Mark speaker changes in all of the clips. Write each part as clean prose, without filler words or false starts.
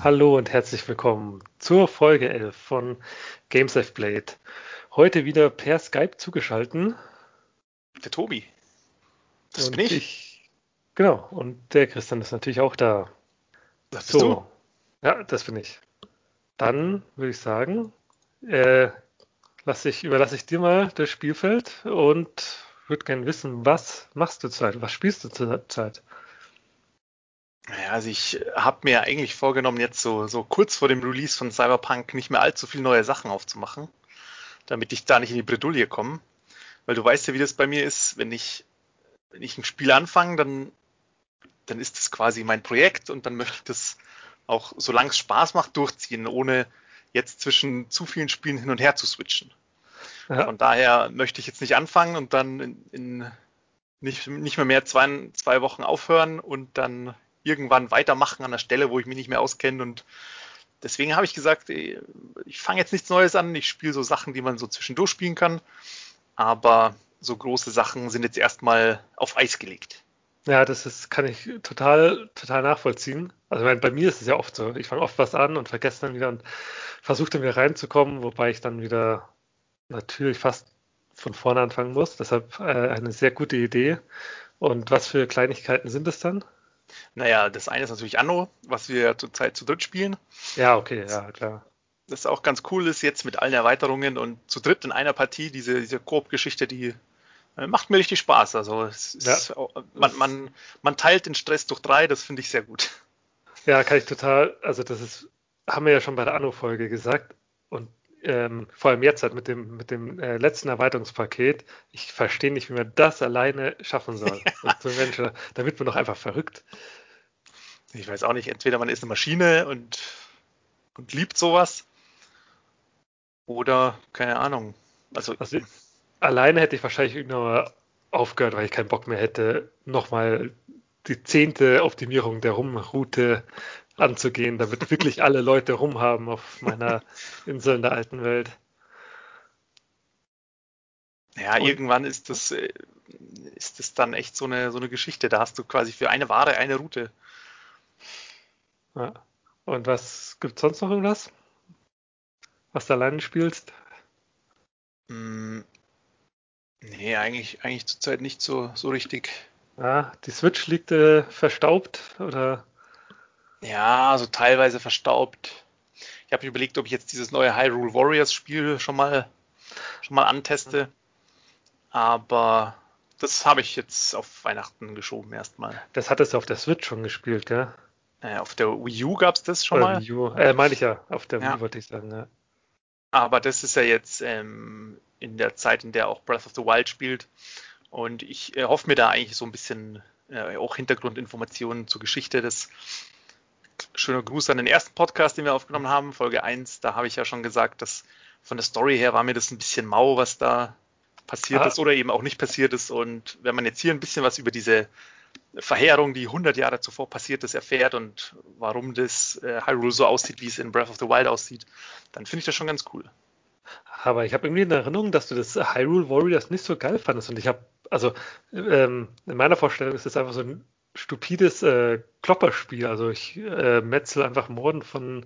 Speaker 1: Hallo und herzlich willkommen zur Folge 11 von Games I've Played. Heute wieder per Skype zugeschaltet
Speaker 2: Der Tobi, das bin
Speaker 1: und
Speaker 2: ich.
Speaker 1: genau, und der Christian ist natürlich auch da.
Speaker 2: Das bist du.
Speaker 1: So, ja, das bin ich. Dann würde ich sagen, äh, überlasse ich dir mal das Spielfeld und würde gerne wissen, was machst du zurzeit? Was spielst du zurzeit?
Speaker 2: Naja, also ich habe mir eigentlich vorgenommen, jetzt so kurz vor dem Release von Cyberpunk nicht mehr allzu viele neue Sachen aufzumachen, damit ich da nicht in die Bredouille komme. Weil du weißt ja, wie das bei mir ist, wenn ich ein Spiel anfange, dann ist das quasi mein Projekt und dann möchte ich das auch, solange es Spaß macht, durchziehen, ohne jetzt zwischen zu vielen Spielen hin und her zu switchen.
Speaker 1: Ja,
Speaker 2: Von daher möchte ich jetzt nicht anfangen und dann in nicht mehr 2 Wochen aufhören und dann irgendwann weitermachen an der Stelle, wo ich mich nicht mehr auskenne. Und deswegen habe ich gesagt, ich fange jetzt nichts Neues an. Ich spiele so Sachen, die man so zwischendurch spielen kann. Aber so große Sachen sind jetzt erstmal auf Eis gelegt.
Speaker 1: ja, kann ich total nachvollziehen. Also, ich meine, bei mir ist es ja oft so. Ich fange oft was an und vergesse dann wieder und versuche dann wieder reinzukommen, wobei ich dann wieder natürlich fast von vorne anfangen muss. Deshalb eine sehr gute Idee. Und was für Kleinigkeiten sind es dann?
Speaker 2: Naja, das eine ist natürlich Anno, was wir zurzeit zu dritt spielen.
Speaker 1: Ja, okay, ja, klar.
Speaker 2: Das auch ganz cool ist jetzt mit allen Erweiterungen und zu dritt in einer Partie, diese Koop-Geschichte, die macht mir richtig Spaß. Also es
Speaker 1: Ja,
Speaker 2: ist,
Speaker 1: das,
Speaker 2: man teilt den Stress durch drei, das finde ich sehr gut.
Speaker 1: ja, kann ich total, also haben wir ja schon bei der Anno-Folge gesagt. Und vor allem jetzt halt mit dem letzten Erweiterungspaket, ich verstehe nicht, wie man das alleine schaffen soll. Und so Menschen, da wird man doch einfach verrückt.
Speaker 2: Ich weiß auch nicht, entweder man ist eine Maschine und liebt sowas oder keine Ahnung. Also
Speaker 1: Also alleine hätte ich wahrscheinlich irgendwann mal aufgehört, weil ich keinen Bock mehr hätte, nochmal die 10. Optimierung der Rumroute anzugehen, damit wirklich alle Leute Rum haben auf meiner Insel in der alten Welt.
Speaker 2: ja,
Speaker 1: Und,
Speaker 2: irgendwann ist das dann echt so eine Geschichte. Da hast du quasi für eine Ware eine Route.
Speaker 1: ja. Und was gibt sonst noch irgendwas, was du alleine spielst?
Speaker 2: Hm, nee, eigentlich zurzeit nicht so richtig.
Speaker 1: Ja, die Switch liegt verstaubt oder?
Speaker 2: Ja, so teilweise verstaubt. Ich habe mir überlegt, ob ich jetzt dieses neue Hyrule Warriors Spiel schon mal anteste, aber das habe ich jetzt auf Weihnachten geschoben erstmal.
Speaker 1: Das hattest du auf der Switch schon gespielt, gell?
Speaker 2: Auf der Wii U gab es das schon
Speaker 1: Oder
Speaker 2: mal.
Speaker 1: Wii U. Meine ich ja, auf der Wii
Speaker 2: Ja,
Speaker 1: wollte ich sagen, ja.
Speaker 2: aber das ist ja jetzt in der Zeit, in der auch Breath of the Wild spielt. Und ich hoffe mir da eigentlich so ein bisschen auch Hintergrundinformationen zur Geschichte. Das schöner Gruß an den ersten Podcast, den wir aufgenommen haben, Folge 1. Da habe ich ja schon gesagt, dass von der Story her war mir das ein bisschen mau, was da passiert
Speaker 1: Ah,
Speaker 2: ist oder eben auch nicht passiert ist. Und wenn man jetzt hier ein bisschen was über diese Verheerung, die 100 Jahre zuvor passiert ist, erfährt und warum das Hyrule so aussieht, wie es in Breath of the Wild aussieht, dann finde ich das schon ganz cool.
Speaker 1: aber ich habe irgendwie in Erinnerung, dass du das Hyrule Warriors nicht so geil fandest. Und also in meiner Vorstellung ist es einfach so ein stupides Klopperspiel. Also ich metzel einfach Morden von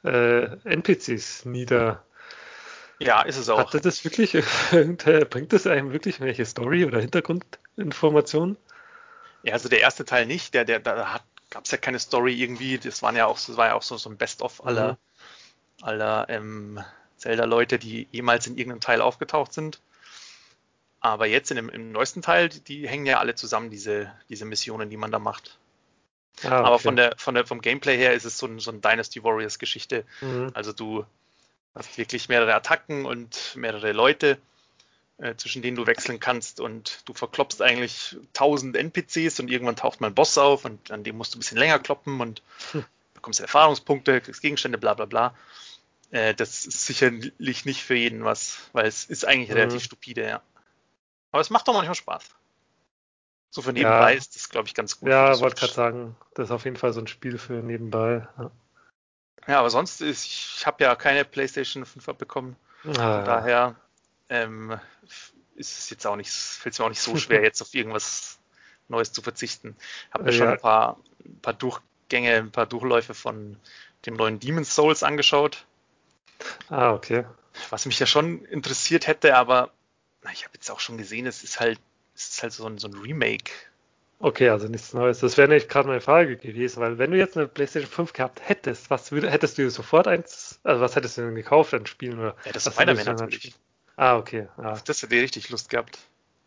Speaker 1: NPCs nieder.
Speaker 2: Ja, ist es auch.
Speaker 1: Hatte das wirklich, bringt das einem wirklich welche Story oder Hintergrundinformationen?
Speaker 2: Ja, also der erste Teil nicht, da gab es ja keine Story irgendwie. Das war ja auch so ein Best-of
Speaker 1: Mhm.
Speaker 2: aller Zelda-Leute, die jemals in irgendeinem Teil aufgetaucht sind. Aber jetzt im neuesten Teil, die hängen ja alle zusammen, diese Missionen, die man da macht.
Speaker 1: Ah,
Speaker 2: Aber
Speaker 1: okay.
Speaker 2: vom Gameplay her ist es so ein Dynasty Warriors Geschichte.
Speaker 1: Mhm.
Speaker 2: Also du hast wirklich mehrere Attacken und mehrere Leute, zwischen denen du wechseln kannst und du verkloppst eigentlich 1000 NPCs und irgendwann taucht mal ein Boss auf und an dem musst du ein bisschen länger kloppen und
Speaker 1: Hm.
Speaker 2: bekommst Erfahrungspunkte, kriegst Gegenstände, bla bla bla. Das ist sicherlich nicht für jeden was, weil es ist eigentlich relativ
Speaker 1: Mhm.
Speaker 2: stupide, ja. Aber es macht doch manchmal Spaß. So für nebenbei
Speaker 1: Ja,
Speaker 2: ist das, glaube ich, ganz gut für die
Speaker 1: ja, wollte gerade
Speaker 2: Switch.
Speaker 1: sagen, das ist auf jeden Fall so ein Spiel für nebenbei. Ja.
Speaker 2: Ja, aber sonst ich habe ja keine PlayStation 5 bekommen. Von
Speaker 1: Ah.
Speaker 2: daher ähm, ist es jetzt auch nicht, fällt es mir auch nicht so schwer, jetzt auf irgendwas Neues zu verzichten. Habe mir schon
Speaker 1: Ja,
Speaker 2: ein paar Durchgänge, ein paar Durchläufe von dem neuen Demon's Souls angeschaut.
Speaker 1: Ah, okay.
Speaker 2: Was mich ja schon interessiert hätte, aber ich habe jetzt auch schon gesehen, es ist halt so ein Remake.
Speaker 1: Okay, also nichts Neues. Das wäre nicht gerade meine Frage gewesen, weil wenn du jetzt eine PlayStation 5 gehabt hättest, hättest du dir sofort also was hättest du denn gekauft an Spielen oder
Speaker 2: Ja, das
Speaker 1: was würdest
Speaker 2: Spider-Man
Speaker 1: du dann halt
Speaker 2: natürlich.
Speaker 1: spielen? Ah, okay. Ah.
Speaker 2: Auf das hätte ich richtig Lust gehabt.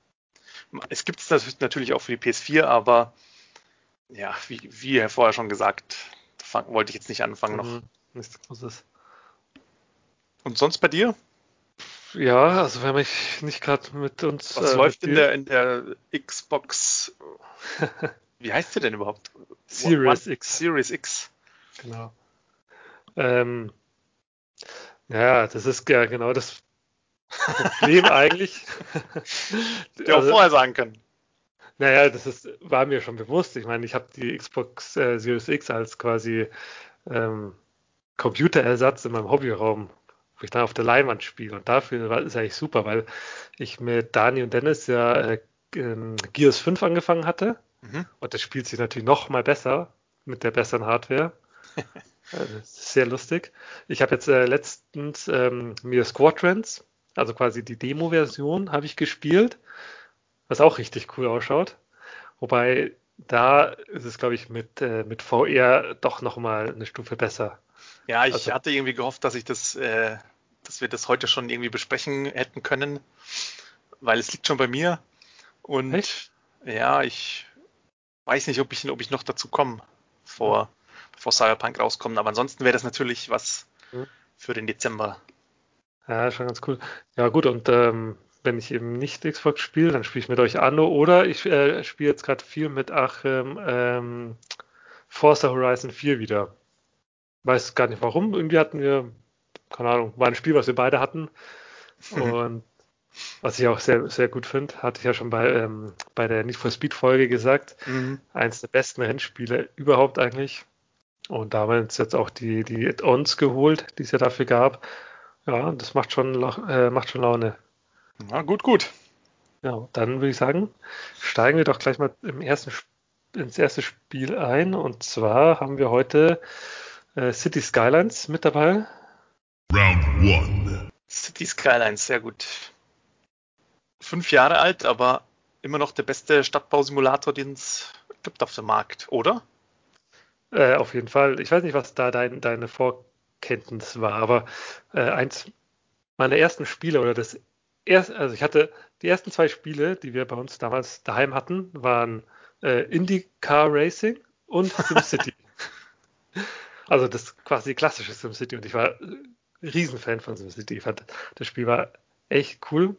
Speaker 2: Es gibt es natürlich auch für die PS4, aber ja, wie ja vorher schon gesagt, wollte ich jetzt nicht anfangen noch.
Speaker 1: Nichts Großes.
Speaker 2: Und sonst bei dir?
Speaker 1: Ja, also wenn ich nicht gerade mit uns,
Speaker 2: Was läuft
Speaker 1: mit
Speaker 2: in
Speaker 1: dir,
Speaker 2: der Xbox? Wie heißt sie denn überhaupt? One
Speaker 1: Series X,
Speaker 2: Series X.
Speaker 1: genau. Ähm, ja, das ist ja genau das Problem eigentlich.
Speaker 2: Der auch
Speaker 1: Also,
Speaker 2: vorher sagen können.
Speaker 1: naja, war mir schon bewusst. Ich meine, ich habe die Xbox Series X als quasi ähm, Computerersatz in meinem Hobbyraum, wo ich dann auf der Leinwand spiele. Und dafür ist eigentlich super, weil ich mit Dani und Dennis ja Gears 5 angefangen hatte.
Speaker 2: Mhm.
Speaker 1: Und das spielt sich natürlich noch mal besser mit der besseren Hardware. Das ist sehr lustig. Ich habe jetzt letztens mir Squadrons, also quasi die Demo-Version, habe ich gespielt, was auch richtig cool ausschaut. Wobei da ist es, glaube ich, mit VR doch noch mal eine Stufe besser.
Speaker 2: Ja, ich
Speaker 1: Also,
Speaker 2: hatte irgendwie gehofft, dass wir das heute schon irgendwie besprechen hätten können, weil es liegt schon bei mir.
Speaker 1: echt?
Speaker 2: Und ja, ich weiß nicht, ob ich noch dazu komme,
Speaker 1: Hm,
Speaker 2: bevor Cyberpunk rauskommt. Aber ansonsten wäre das natürlich was
Speaker 1: hm.
Speaker 2: für den Dezember.
Speaker 1: Ja, schon ganz cool. Ja, gut, und wenn ich eben nicht Xbox spiele, dann spiele ich mit euch Anno oder ich spiele jetzt gerade viel mit Achim Forza Horizon 4 wieder. Weiß gar nicht warum. Irgendwie hatten wir, keine Ahnung, war ein Spiel, was wir beide hatten. Und was ich auch sehr, sehr gut finde, hatte ich ja schon bei der Need for Speed Folge gesagt.
Speaker 2: Mhm.
Speaker 1: Eins der besten Rennspiele überhaupt eigentlich. Und da haben wir uns jetzt auch die Add-ons geholt, die es ja dafür gab. Ja, und das macht schon Laune.
Speaker 2: Ja, gut, gut.
Speaker 1: Ja, dann würde ich sagen, steigen wir doch gleich mal ins erste Spiel ein. Und zwar haben wir heute City Skylines mit dabei.
Speaker 3: Round one.
Speaker 2: City Skylines, sehr gut. 5 Jahre alt, aber immer noch der beste Stadtbausimulator, den es gibt auf dem Markt, oder?
Speaker 1: Auf jeden Fall. Ich weiß nicht, was da deine Vorkenntnis war, aber eins meiner ersten Spiele oder also ich hatte die ersten zwei Spiele, die wir bei uns damals daheim hatten, waren IndyCar Racing und SimCity. Also das quasi klassische SimCity und ich war Riesenfan von SimCity. Ich fand, das Spiel war echt cool.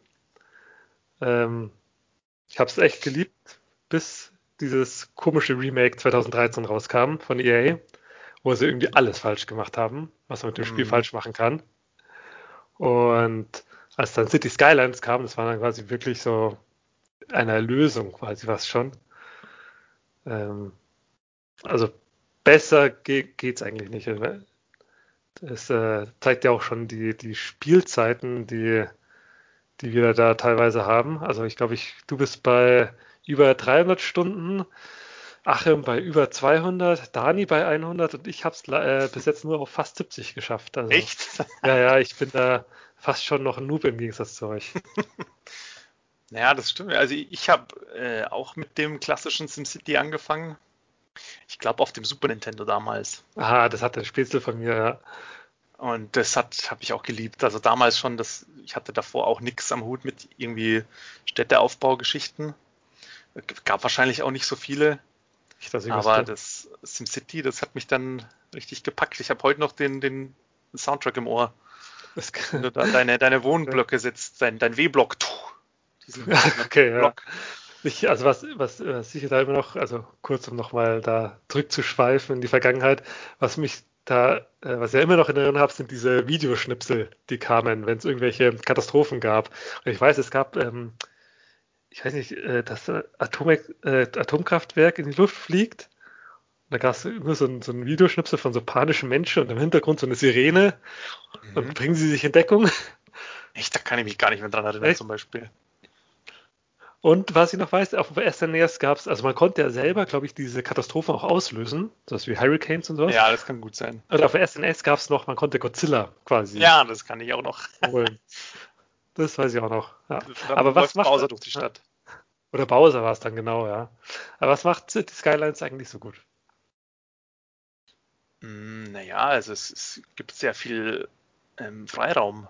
Speaker 1: Ähm, Ich habe es echt geliebt, bis dieses komische Remake 2013 rauskam von EA, wo sie irgendwie alles falsch gemacht haben, was man mit dem Spiel
Speaker 2: Mhm.
Speaker 1: falsch machen kann. Und als dann City Skylines kam, das war dann quasi wirklich so eine Erlösung, quasi was schon. Ähm, also besser geht's eigentlich nicht. Es zeigt ja auch schon die Spielzeiten, die wir da teilweise haben. Also ich glaube, du bist bei über 300 Stunden, Achim bei über 200, Dani bei 100 und ich habe es bis jetzt nur auf fast 70 geschafft. Also
Speaker 2: Echt?
Speaker 1: ja, ja, ich bin da fast schon noch ein Noob im Gegensatz zu euch.
Speaker 2: Ja, das stimmt. Also ich habe auch mit dem klassischen SimCity angefangen. Ich glaube auf dem Super Nintendo damals.
Speaker 1: Aha, das hat ein Spätzle von mir, ja.
Speaker 2: Und das habe ich auch geliebt. Also damals schon, ich hatte davor auch nichts am Hut mit irgendwie Städteaufbaugeschichten. Gab wahrscheinlich auch nicht so viele,
Speaker 1: Nicht, dass ich
Speaker 2: aber
Speaker 1: wüsste.
Speaker 2: das SimCity, das hat mich dann richtig gepackt. Ich habe heute noch den Soundtrack im Ohr.
Speaker 1: Das,
Speaker 2: Wenn du da deine Wohnblöcke setzt, dein W-Block, diesen
Speaker 1: okay, ja.
Speaker 2: Block.
Speaker 1: Also was ich da immer noch, also kurz um nochmal da zurückzuschweifen in die Vergangenheit, was ich ja immer noch in Erinnerung habe, sind diese Videoschnipsel, die kamen, wenn es irgendwelche Katastrophen gab. Und ich weiß, es gab, ich weiß nicht, das Atomkraftwerk in die Luft fliegt. Und da gab es nur so ein Videoschnipsel von so panischen Menschen und im Hintergrund so eine Sirene und
Speaker 2: Mhm.
Speaker 1: bringen sie sich in Deckung.
Speaker 2: Echt, da kann ich mich gar nicht mehr dran erinnern,
Speaker 1: Echt?
Speaker 2: zum Beispiel.
Speaker 1: Und was ich noch weiß, auf dem SNES gab es, also man konnte ja selber, glaube ich, diese Katastrophen auch auslösen, sowas wie Hurricanes und sowas.
Speaker 2: Ja, das kann gut sein.
Speaker 1: Und auf dem SNES gab es noch, man konnte Godzilla quasi
Speaker 2: Ja, das kann ich auch noch.
Speaker 1: holen. Das weiß ich auch noch. Ja.
Speaker 2: Dann
Speaker 1: Aber was
Speaker 2: läuft
Speaker 1: macht,
Speaker 2: Bowser durch die Stadt.
Speaker 1: oder Bowser war es dann genau, ja. Aber was macht City Skylines eigentlich so gut?
Speaker 2: Naja, also es gibt sehr viel Freiraum.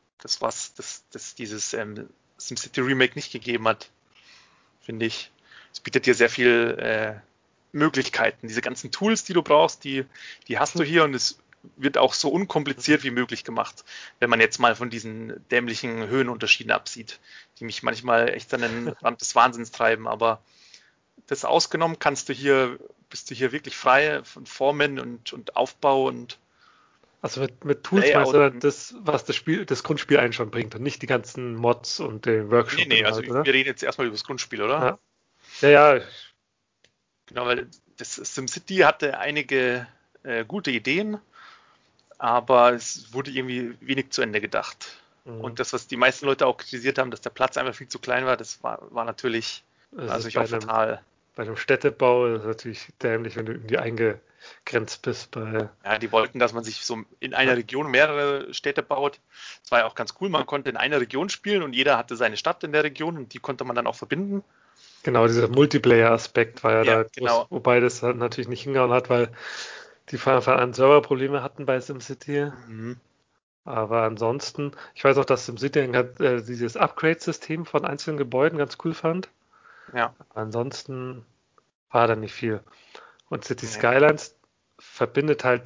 Speaker 2: Das dieses SimCity Remake nicht gegeben hat, finde ich. Es bietet dir sehr viel Möglichkeiten. Diese ganzen Tools, die du brauchst, die hast du hier und es wird auch so unkompliziert wie möglich gemacht, wenn man jetzt mal von diesen dämlichen Höhenunterschieden absieht, die mich manchmal echt an den Rand des Wahnsinns treiben. Aber das ausgenommen bist du hier wirklich frei von Formen und Aufbau und
Speaker 1: Also mit Tools meinst
Speaker 2: Layout.
Speaker 1: du dann das, was das Grundspiel einen schon bringt und nicht die ganzen Mods und den
Speaker 2: Nee, also
Speaker 1: Workshop-Inhalt, oder?
Speaker 2: wir reden jetzt erstmal über das Grundspiel, oder?
Speaker 1: Ja, ja, ja,
Speaker 2: Genau, weil das SimCity hatte einige gute Ideen, aber es wurde irgendwie wenig zu Ende gedacht. Und
Speaker 1: mhm.
Speaker 2: das, was die meisten Leute auch kritisiert haben, dass der Platz einfach viel zu klein war, war
Speaker 1: Es ist
Speaker 2: natürlich auch fatal.
Speaker 1: bei einem Städtebau ist es natürlich dämlich, wenn du irgendwie eingegrenzt bist bei.
Speaker 2: Ja, die wollten, dass man sich so in
Speaker 1: Ja,
Speaker 2: einer Region mehrere Städte baut. Das war ja auch ganz cool. Man konnte in einer Region spielen und jeder hatte seine Stadt in der Region und die konnte man dann auch verbinden.
Speaker 1: genau, dieser Multiplayer-Aspekt war ja
Speaker 2: Ja,
Speaker 1: da groß,
Speaker 2: genau.
Speaker 1: wobei das halt natürlich nicht hingehauen hat, weil die von Anfang an Serverprobleme hatten bei SimCity.
Speaker 2: Mhm.
Speaker 1: Aber ansonsten, ich weiß auch, dass SimCity dieses Upgrade-System von einzelnen Gebäuden ganz cool fand.
Speaker 2: Ja,
Speaker 1: Ansonsten war da nicht viel. Und City
Speaker 2: nee.
Speaker 1: Skylines verbindet halt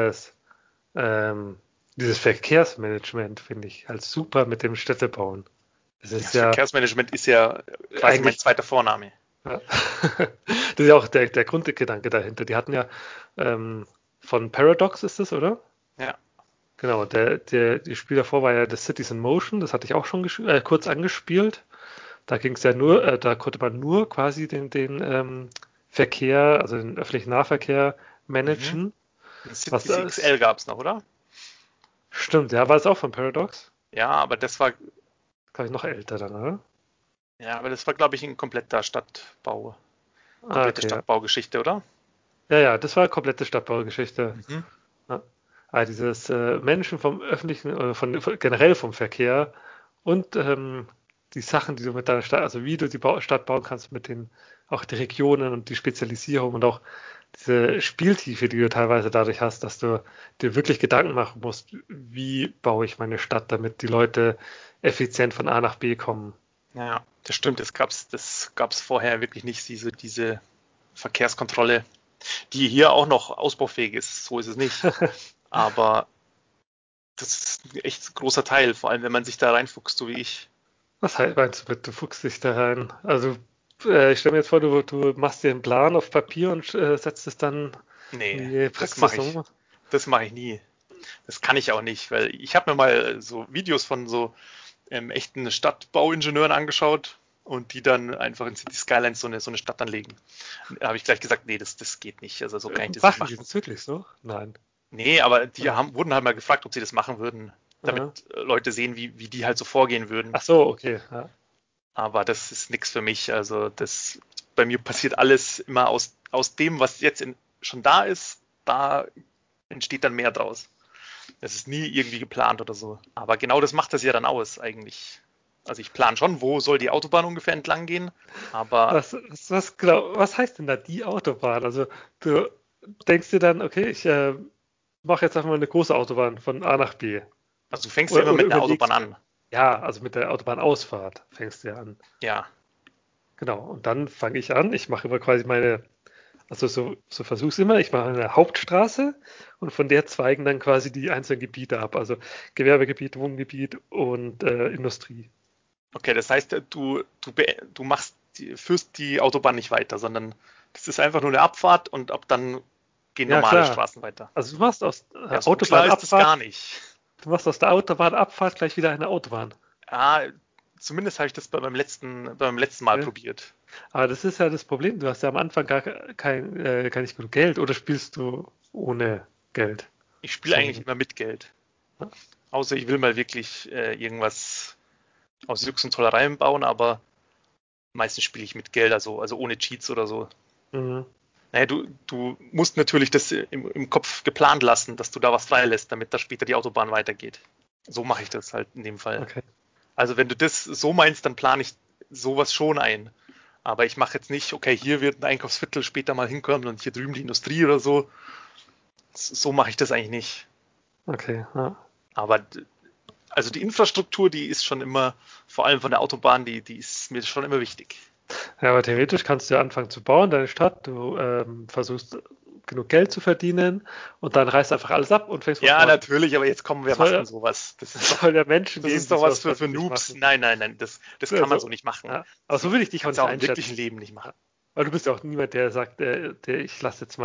Speaker 1: ähm, dieses Verkehrsmanagement, finde ich, halt super mit dem Städtebauen. Es
Speaker 2: Ja,
Speaker 1: ist
Speaker 2: das
Speaker 1: ja
Speaker 2: Verkehrsmanagement ist ja quasi mein
Speaker 1: eigentlich,
Speaker 2: zweiter Vorname.
Speaker 1: ja, das ist ja auch der Grundgedanke dahinter. Die hatten ja von Paradox ist es, oder?
Speaker 2: Ja.
Speaker 1: Genau, die Spiel davor war ja The Cities in Motion, das hatte ich auch schon kurz angespielt. Da ging es ja nur, da konnte man nur quasi den Verkehr, also den öffentlichen Nahverkehr
Speaker 2: Mhm.
Speaker 1: managen. Was
Speaker 2: Cities
Speaker 1: das
Speaker 2: XL gab es noch, oder?
Speaker 1: stimmt, ja, war es auch von Paradox?
Speaker 2: Ja, aber
Speaker 1: Glaube ich noch älter dann, oder?
Speaker 2: glaube ich, ein kompletter
Speaker 1: Ah,
Speaker 2: komplette
Speaker 1: okay, ja.
Speaker 2: Stadtbaugeschichte, oder?
Speaker 1: Ja, ja, das war komplette Stadtbaugeschichte.
Speaker 2: Mhm.
Speaker 1: Ja. Dieses Menschen vom öffentlichen, generell vom Verkehr und die Sachen, die du mit deiner Stadt, also wie du die Stadt bauen kannst mit auch die Regionen und die Spezialisierung und auch diese Spieltiefe, die du teilweise dadurch hast, dass du dir wirklich Gedanken machen musst, wie baue ich meine Stadt, damit die Leute effizient von A nach B kommen.
Speaker 2: Ja, ja, das stimmt. Das gab's vorher wirklich nicht, diese Verkehrskontrolle, die hier auch noch ausbaufähig ist. So ist es nicht. Aber das ist ein echt großer Teil, vor allem wenn man sich da reinfuchst, so wie ich.
Speaker 1: Was halt meinst du mit, du fuchst dich da rein? Also, ich stelle mir jetzt vor, du machst dir einen Plan auf Papier und setzt es dann in
Speaker 2: Nee,
Speaker 1: die Praxis um.
Speaker 2: das mache ich nie. Das kann ich auch nicht, weil ich habe mir mal so Videos von so echten Stadtbauingenieuren angeschaut und die dann einfach in City Skylines so eine Stadt anlegen. Da habe ich gleich gesagt, nee, das geht nicht. Also so kann ich das nicht
Speaker 1: Machen die
Speaker 2: machen.
Speaker 1: das wirklich so? Nein.
Speaker 2: Nee, aber
Speaker 1: Ah,
Speaker 2: wurden halt mal gefragt, ob sie das machen würden, damit
Speaker 1: aha.
Speaker 2: Leute sehen, wie die halt so vorgehen würden.
Speaker 1: Ach so, okay. Ja.
Speaker 2: Aber das ist nichts für mich. Also bei mir passiert alles immer aus dem, was jetzt schon da ist, da entsteht dann mehr draus. Es ist nie irgendwie geplant oder so. Aber genau das macht das ja dann aus, eigentlich. Also ich plane schon, wo soll die Autobahn ungefähr entlang gehen, aber
Speaker 1: Was heißt denn da die Autobahn? Also, du denkst dir dann, okay, ich mache jetzt einfach mal eine große Autobahn von A nach B.
Speaker 2: also du fängst ja immer
Speaker 1: Oder
Speaker 2: mit einer Autobahn
Speaker 1: überlegst,
Speaker 2: an.
Speaker 1: ja, also mit der Autobahnausfahrt fängst du ja an.
Speaker 2: Ja,
Speaker 1: Genau. Und dann fange ich an. Ich mache immer quasi also so versuch's immer. Ich mache eine Hauptstraße und von der zweigen dann quasi die einzelnen Gebiete ab. Also Gewerbegebiet, Wohngebiet und Industrie.
Speaker 2: okay, das heißt, führst die Autobahn nicht weiter, sondern das ist einfach nur eine Abfahrt und ab dann gehen
Speaker 1: Ja,
Speaker 2: normale
Speaker 1: klar.
Speaker 2: Straßen weiter.
Speaker 1: Also du machst aus
Speaker 2: Ja, so klar ist es
Speaker 1: Autobahnabfahrt,
Speaker 2: gar nicht.
Speaker 1: du machst aus der Autobahnabfahrt gleich wieder eine Autobahn.
Speaker 2: Ah, zumindest habe ich das beim letzten Mal
Speaker 1: Okay?
Speaker 2: probiert.
Speaker 1: Aber das ist ja das Problem. Du hast ja am Anfang gar nicht genug Geld oder spielst du ohne Geld?
Speaker 2: Ich spiele
Speaker 1: So.
Speaker 2: eigentlich immer mit Geld. Außer ich will mal wirklich irgendwas aus Jux und Tollereien bauen, aber Meistens spiele ich mit Geld, also ohne Cheats oder so.
Speaker 1: Mhm.
Speaker 2: Naja, du musst natürlich das im Kopf geplant lassen, dass du da was freilässt, damit da später die Autobahn weitergeht. So mache ich das halt in dem Fall.
Speaker 1: Okay.
Speaker 2: Also wenn du das so meinst, dann plane ich sowas schon ein. Aber ich mache jetzt nicht, okay, hier wird ein Einkaufsviertel später mal hinkommen und hier drüben die Industrie oder so. So mache ich das eigentlich nicht.
Speaker 1: Okay, ja.
Speaker 2: Aber also die Infrastruktur, die ist schon immer, vor allem von der Autobahn, die ist mir schon immer wichtig.
Speaker 1: Ja, aber theoretisch kannst du ja anfangen zu bauen, deine Stadt. Du versuchst genug Geld zu verdienen und dann reißt einfach alles ab und fängst von
Speaker 2: Ja,
Speaker 1: vorne.
Speaker 2: natürlich, aber jetzt kommen wir
Speaker 1: Es soll,
Speaker 2: machen
Speaker 1: ja-
Speaker 2: sowas.
Speaker 1: es soll ja Menschen
Speaker 2: Das
Speaker 1: geben,
Speaker 2: ist
Speaker 1: die
Speaker 2: doch was
Speaker 1: sowas
Speaker 2: für
Speaker 1: vernünftig
Speaker 2: Noobs.
Speaker 1: machen.
Speaker 2: Nein, das kann man
Speaker 1: Also,
Speaker 2: so nicht machen.
Speaker 1: ja. Aber so will ich dich auch
Speaker 2: Kannst du
Speaker 1: nicht
Speaker 2: auch im wirklichen
Speaker 1: einschätzen.
Speaker 2: Leben nicht machen.
Speaker 1: Ja. Weil du bist ja auch niemand, der sagt, ich lasse jetzt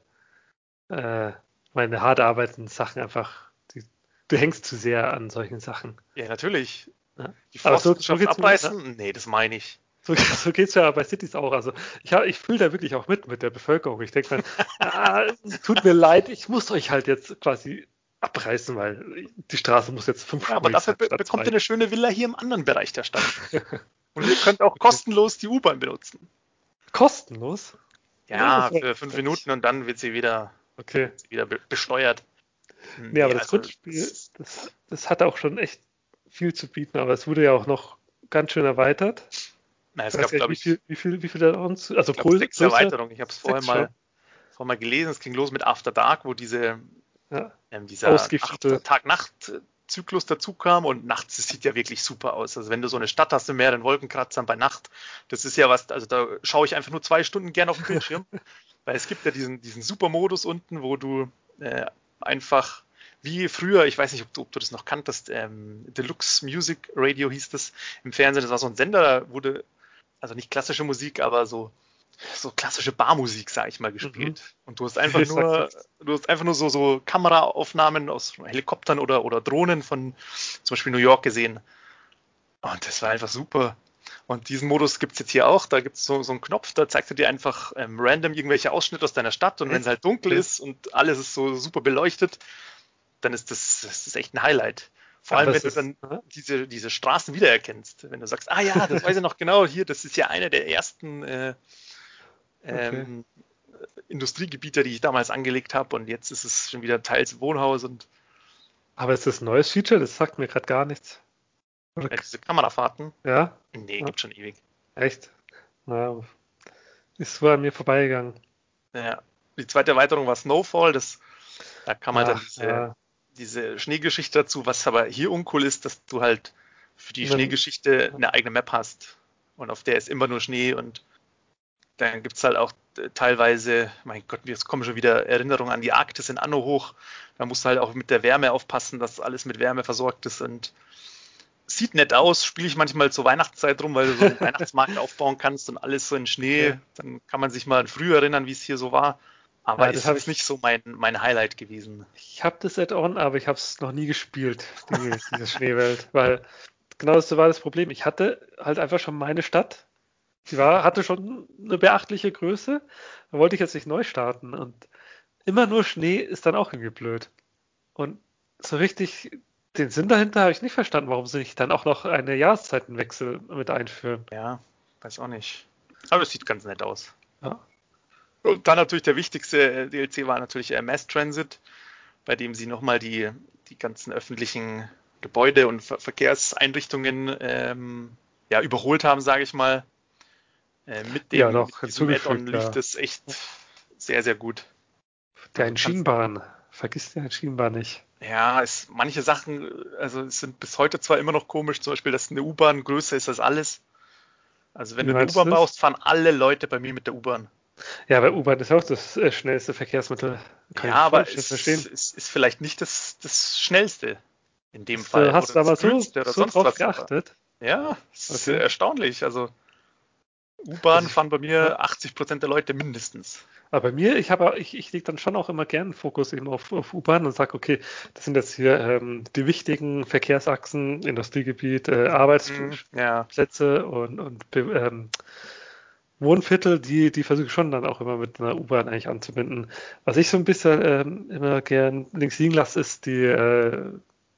Speaker 1: äh, meine hart arbeitenden Sachen einfach. Du hängst zu sehr an solchen Sachen.
Speaker 2: Ja, natürlich.
Speaker 1: Ja.
Speaker 2: Die
Speaker 1: Aber so
Speaker 2: Forstwirtschaft
Speaker 1: geht's mir, ja.
Speaker 2: abreißen? Nee, das meine ich.
Speaker 1: So geht's ja bei Cities auch. Also ich fühle da wirklich auch mit der Bevölkerung. Ich denke mir, es tut mir leid, ich muss euch halt jetzt quasi abreißen, weil die Straße muss jetzt 5
Speaker 2: Ja, aber dafür
Speaker 1: Meter statt
Speaker 2: bekommt ihr
Speaker 1: 2.
Speaker 2: eine schöne Villa hier im anderen Bereich der Stadt. Und ihr könnt auch
Speaker 1: Okay.
Speaker 2: kostenlos die U-Bahn benutzen.
Speaker 1: Kostenlos? Ja,
Speaker 2: Ja,
Speaker 1: das war
Speaker 2: für 5 Minuten und dann wird sie wieder
Speaker 1: okay.
Speaker 2: besteuert.
Speaker 1: Nee, aber
Speaker 2: Nee,
Speaker 1: das
Speaker 2: also
Speaker 1: Grundspiel, das hat auch schon echt viel zu bieten, aber es wurde ja auch noch ganz schön erweitert.
Speaker 2: na,
Speaker 1: Ich
Speaker 2: es
Speaker 1: weiß
Speaker 2: gab,
Speaker 1: gar nicht,
Speaker 2: glaube ich,
Speaker 1: wie viel da uns, also
Speaker 2: ich glaube, 6
Speaker 1: größer,
Speaker 2: Erweiterungen. Ich habe es
Speaker 1: 6 schon.
Speaker 2: vorher mal gelesen. Es ging los mit After Dark, wo
Speaker 1: Ja.
Speaker 2: dieser
Speaker 1: Ausgießerte,
Speaker 2: Tag-Nacht-Zyklus dazu kam und nachts, das sieht ja wirklich super aus. Also wenn du so eine Stadt hast mit mehreren Wolkenkratzern bei Nacht, das ist ja was, also da schaue ich einfach nur 2 Stunden gern auf den Bildschirm, weil es gibt ja diesen Super-Modus unten, wo du einfach wie früher, ich weiß nicht, ob du das noch kanntest, Deluxe Music Radio hieß das im Fernsehen, das war so ein Sender, da wurde, also nicht klassische Musik, aber so klassische Barmusik, sag ich mal,
Speaker 1: mhm.
Speaker 2: gespielt. Und du hast einfach nur, so Kameraaufnahmen aus Helikoptern oder Drohnen von zum Beispiel New York gesehen. Und das war einfach super. Und diesen Modus gibt es jetzt hier auch. Da gibt es so einen Knopf, da zeigt er dir einfach random irgendwelche Ausschnitte aus deiner Stadt. Und wenn es
Speaker 1: Echt?
Speaker 2: halt dunkel
Speaker 1: Ja.
Speaker 2: ist und alles ist so super beleuchtet, dann ist das ist echt ein Highlight. Vor allem,
Speaker 1: Aber
Speaker 2: wenn
Speaker 1: es
Speaker 2: du
Speaker 1: ist,
Speaker 2: dann diese Straßen wiedererkennst. Wenn du sagst, ah ja, das weiß ich noch genau, hier, das ist ja einer der ersten
Speaker 1: okay.
Speaker 2: ähm, Industriegebiete, die ich damals angelegt habe und jetzt ist es schon wieder teils Wohnhaus und
Speaker 1: Aber ist das ein neues Feature? Das sagt mir gerade gar nichts. Oder,
Speaker 2: diese Kamerafahrten.
Speaker 1: ja?
Speaker 2: Nee,
Speaker 1: Ja,
Speaker 2: gibt schon ewig.
Speaker 1: echt? Ja, ist so an mir vorbeigegangen.
Speaker 2: Ja. Die zweite Erweiterung war Snowfall, da kam halt dann
Speaker 1: Ach, ja.
Speaker 2: diese Schneegeschichte dazu, was aber hier uncool ist, dass du halt für die
Speaker 1: Dann,
Speaker 2: Schneegeschichte eine eigene Map hast und auf der ist immer nur Schnee und dann gibt es halt auch teilweise, mein Gott, jetzt kommen schon wieder Erinnerungen an die Arktis in Anno hoch. Da musst du halt auch mit der Wärme aufpassen, dass alles mit Wärme versorgt ist und sieht nett aus, spiele ich manchmal zur Weihnachtszeit rum, weil du so einen Weihnachtsmarkt aufbauen kannst und alles so in Schnee.
Speaker 1: okay.
Speaker 2: Dann kann man sich mal früher erinnern, wie es hier so war. Aber
Speaker 1: Ja, das
Speaker 2: ist
Speaker 1: habe
Speaker 2: jetzt nicht
Speaker 1: ich.
Speaker 2: so mein Highlight gewesen.
Speaker 1: Ich habe das Add-on, aber ich habe es noch nie gespielt, diese Schneewelt, weil genau das war das Problem. Ich hatte halt einfach schon meine Stadt. Hatte schon eine beachtliche Größe. Da wollte ich jetzt nicht neu starten und immer nur Schnee ist dann auch irgendwie blöd. Und so richtig den Sinn dahinter habe ich nicht verstanden, warum sie nicht dann auch noch eine Jahreszeitenwechsel mit einführen.
Speaker 2: Ja, weiß auch nicht. Aber es sieht ganz nett aus.
Speaker 1: Ja.
Speaker 2: Und dann natürlich der wichtigste DLC war natürlich Mass Transit, bei dem sie nochmal die ganzen öffentlichen Gebäude und Verkehrseinrichtungen ja, überholt haben, sage ich mal.
Speaker 1: Ja,
Speaker 2: Mit
Speaker 1: noch
Speaker 2: diesem Add-on
Speaker 1: hinzugefügt,
Speaker 2: lief
Speaker 1: ja.
Speaker 2: das echt sehr, sehr gut.
Speaker 1: Die
Speaker 2: Also
Speaker 1: einen
Speaker 2: du kannst,
Speaker 1: Schienenbahn. Vergiss die einen Schienenbahn nicht.
Speaker 2: ja, manche Sachen, also es sind bis heute zwar immer noch komisch, zum Beispiel, dass eine U-Bahn größer ist als alles. Also wenn
Speaker 1: Wie
Speaker 2: du eine
Speaker 1: meinst du
Speaker 2: U-Bahn
Speaker 1: das?
Speaker 2: baust, fahren alle Leute bei mir mit der U-Bahn.
Speaker 1: Ja, weil U-Bahn ist auch das schnellste Verkehrsmittel. Kann
Speaker 2: Ja,
Speaker 1: ich voll
Speaker 2: aber
Speaker 1: schön verstehen.
Speaker 2: es ist vielleicht nicht das Schnellste in dem
Speaker 1: Du
Speaker 2: Fall
Speaker 1: hast
Speaker 2: oder
Speaker 1: da
Speaker 2: das
Speaker 1: mal
Speaker 2: Grünste oder
Speaker 1: so
Speaker 2: sonst
Speaker 1: drauf
Speaker 2: was, aber
Speaker 1: geachtet.
Speaker 2: ja, es ist
Speaker 1: Okay.
Speaker 2: erstaunlich. Also
Speaker 1: Also
Speaker 2: U-Bahn
Speaker 1: ich,
Speaker 2: fahren bei
Speaker 1: ja.
Speaker 2: mir 80% der Leute mindestens.
Speaker 1: Aber bei mir, ich lege dann schon auch immer gern Fokus eben auf U-Bahn und sage, okay, das sind jetzt hier die wichtigen Verkehrsachsen, Industriegebiet,
Speaker 2: Ja,
Speaker 1: Arbeitsplätze und Wohnviertel, die versuche ich schon dann auch immer mit einer U-Bahn eigentlich anzubinden. Was ich so ein bisschen immer gern links liegen lasse, ist die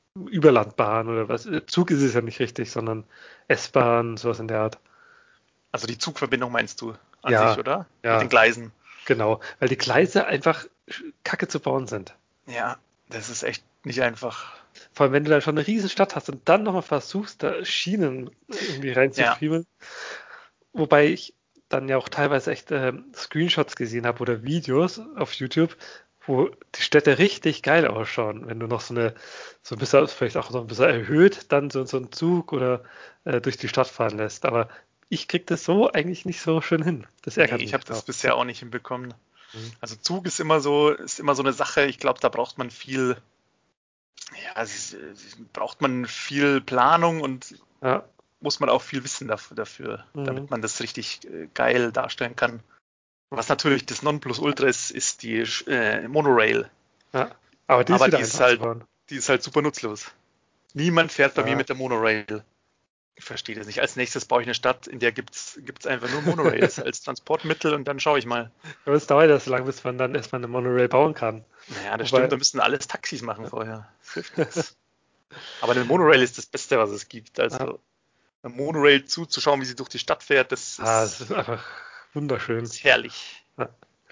Speaker 1: Überlandbahn oder was. Zug ist es ja nicht richtig, sondern S-Bahn, sowas in der Art.
Speaker 2: Also die Zugverbindung meinst du an
Speaker 1: Ja,
Speaker 2: sich, oder? Mit
Speaker 1: ja,
Speaker 2: den Gleisen.
Speaker 1: genau. Weil die Gleise einfach kacke zu bauen sind.
Speaker 2: Ja, das ist echt nicht einfach.
Speaker 1: Vor allem, wenn du dann schon eine riesen Stadt hast und dann nochmal versuchst, da Schienen irgendwie
Speaker 2: Ja,
Speaker 1: reinzufriemeln. Wobei ich dann ja auch teilweise echt Screenshots gesehen habe oder Videos auf YouTube, wo die Städte richtig geil ausschauen, wenn du noch so ein bisschen, vielleicht auch so ein bisschen erhöht, dann so einen Zug oder durch die Stadt fahren lässt. Aber ich krieg das so eigentlich nicht so schön hin. Das
Speaker 2: nee,
Speaker 1: ärgert
Speaker 2: ich
Speaker 1: mich
Speaker 2: habe
Speaker 1: jetzt
Speaker 2: das
Speaker 1: auch.
Speaker 2: bisher auch nicht hinbekommen.
Speaker 1: Mhm.
Speaker 2: Also Zug ist immer so eine Sache. Ich glaube, da braucht man viel, ja, braucht man viel Planung und
Speaker 1: Ja.
Speaker 2: muss man auch viel Wissen dafür,
Speaker 1: Mhm.
Speaker 2: damit man das richtig geil darstellen kann. Was natürlich das Nonplusultra ist, ist die Monorail.
Speaker 1: Ja. Aber die ist
Speaker 2: Aber
Speaker 1: wieder einfach zu bauen.
Speaker 2: die ist halt super nutzlos. Niemand fährt bei mir
Speaker 1: Ja.
Speaker 2: mit der Monorail. Ich verstehe das nicht. Als nächstes baue ich eine Stadt, in der gibt's einfach nur Monorails als Transportmittel und dann schaue ich mal.
Speaker 1: Aber es dauert ja so lange, bis man dann erstmal eine Monorail bauen kann.
Speaker 2: Naja, das stimmt,
Speaker 1: Wobei,
Speaker 2: da müssen alles Taxis machen vorher. Das hilft nichts. Aber eine Monorail ist das Beste, was es gibt.
Speaker 1: ja,
Speaker 2: Also eine Monorail zuzuschauen, wie sie durch die Stadt fährt, das
Speaker 1: es ist einfach wunderschön.
Speaker 2: ist herrlich.
Speaker 1: Ja.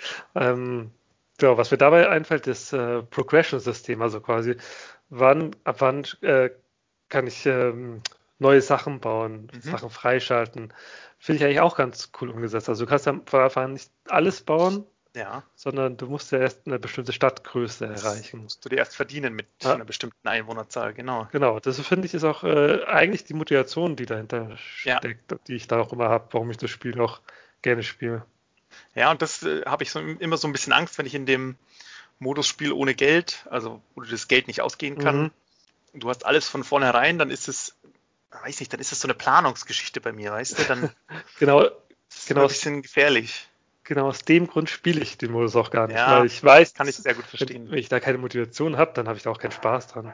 Speaker 1: Ja, was mir dabei einfällt, ist Progression-System, also quasi, ab wann kann ich neue Sachen bauen,
Speaker 2: Mhm.
Speaker 1: Sachen freischalten. Finde ich eigentlich auch ganz cool umgesetzt. Also du kannst ja von Anfang an nicht alles bauen,
Speaker 2: Ja,
Speaker 1: sondern du musst ja erst eine bestimmte Stadtgröße
Speaker 2: das
Speaker 1: erreichen.
Speaker 2: musst du dir erst verdienen mit
Speaker 1: Ja,
Speaker 2: einer bestimmten Einwohnerzahl, genau.
Speaker 1: genau, das finde ich ist auch eigentlich die Motivation, die dahinter
Speaker 2: Ja,
Speaker 1: steckt, die ich da auch immer habe, warum ich das Spiel auch gerne spiele.
Speaker 2: ja, und das habe ich immer so ein bisschen Angst, wenn ich in dem Modus spiele ohne Geld, also wo das Geld nicht ausgehen kann.
Speaker 1: Mhm.
Speaker 2: Du hast alles von vornherein, dann ist es, weiß nicht, dann ist es so eine Planungsgeschichte bei mir, weißt du? Dann
Speaker 1: Genau,
Speaker 2: ist es immer
Speaker 1: genau
Speaker 2: ein
Speaker 1: aus
Speaker 2: bisschen gefährlich.
Speaker 1: Genau aus dem Grund spiele ich den Modus auch gar nicht, weil
Speaker 2: Ja,
Speaker 1: ich weiß,
Speaker 2: kann ich sehr gut
Speaker 1: wenn,
Speaker 2: verstehen.
Speaker 1: wenn ich da keine Motivation habe, dann habe ich da auch keinen Spaß dran.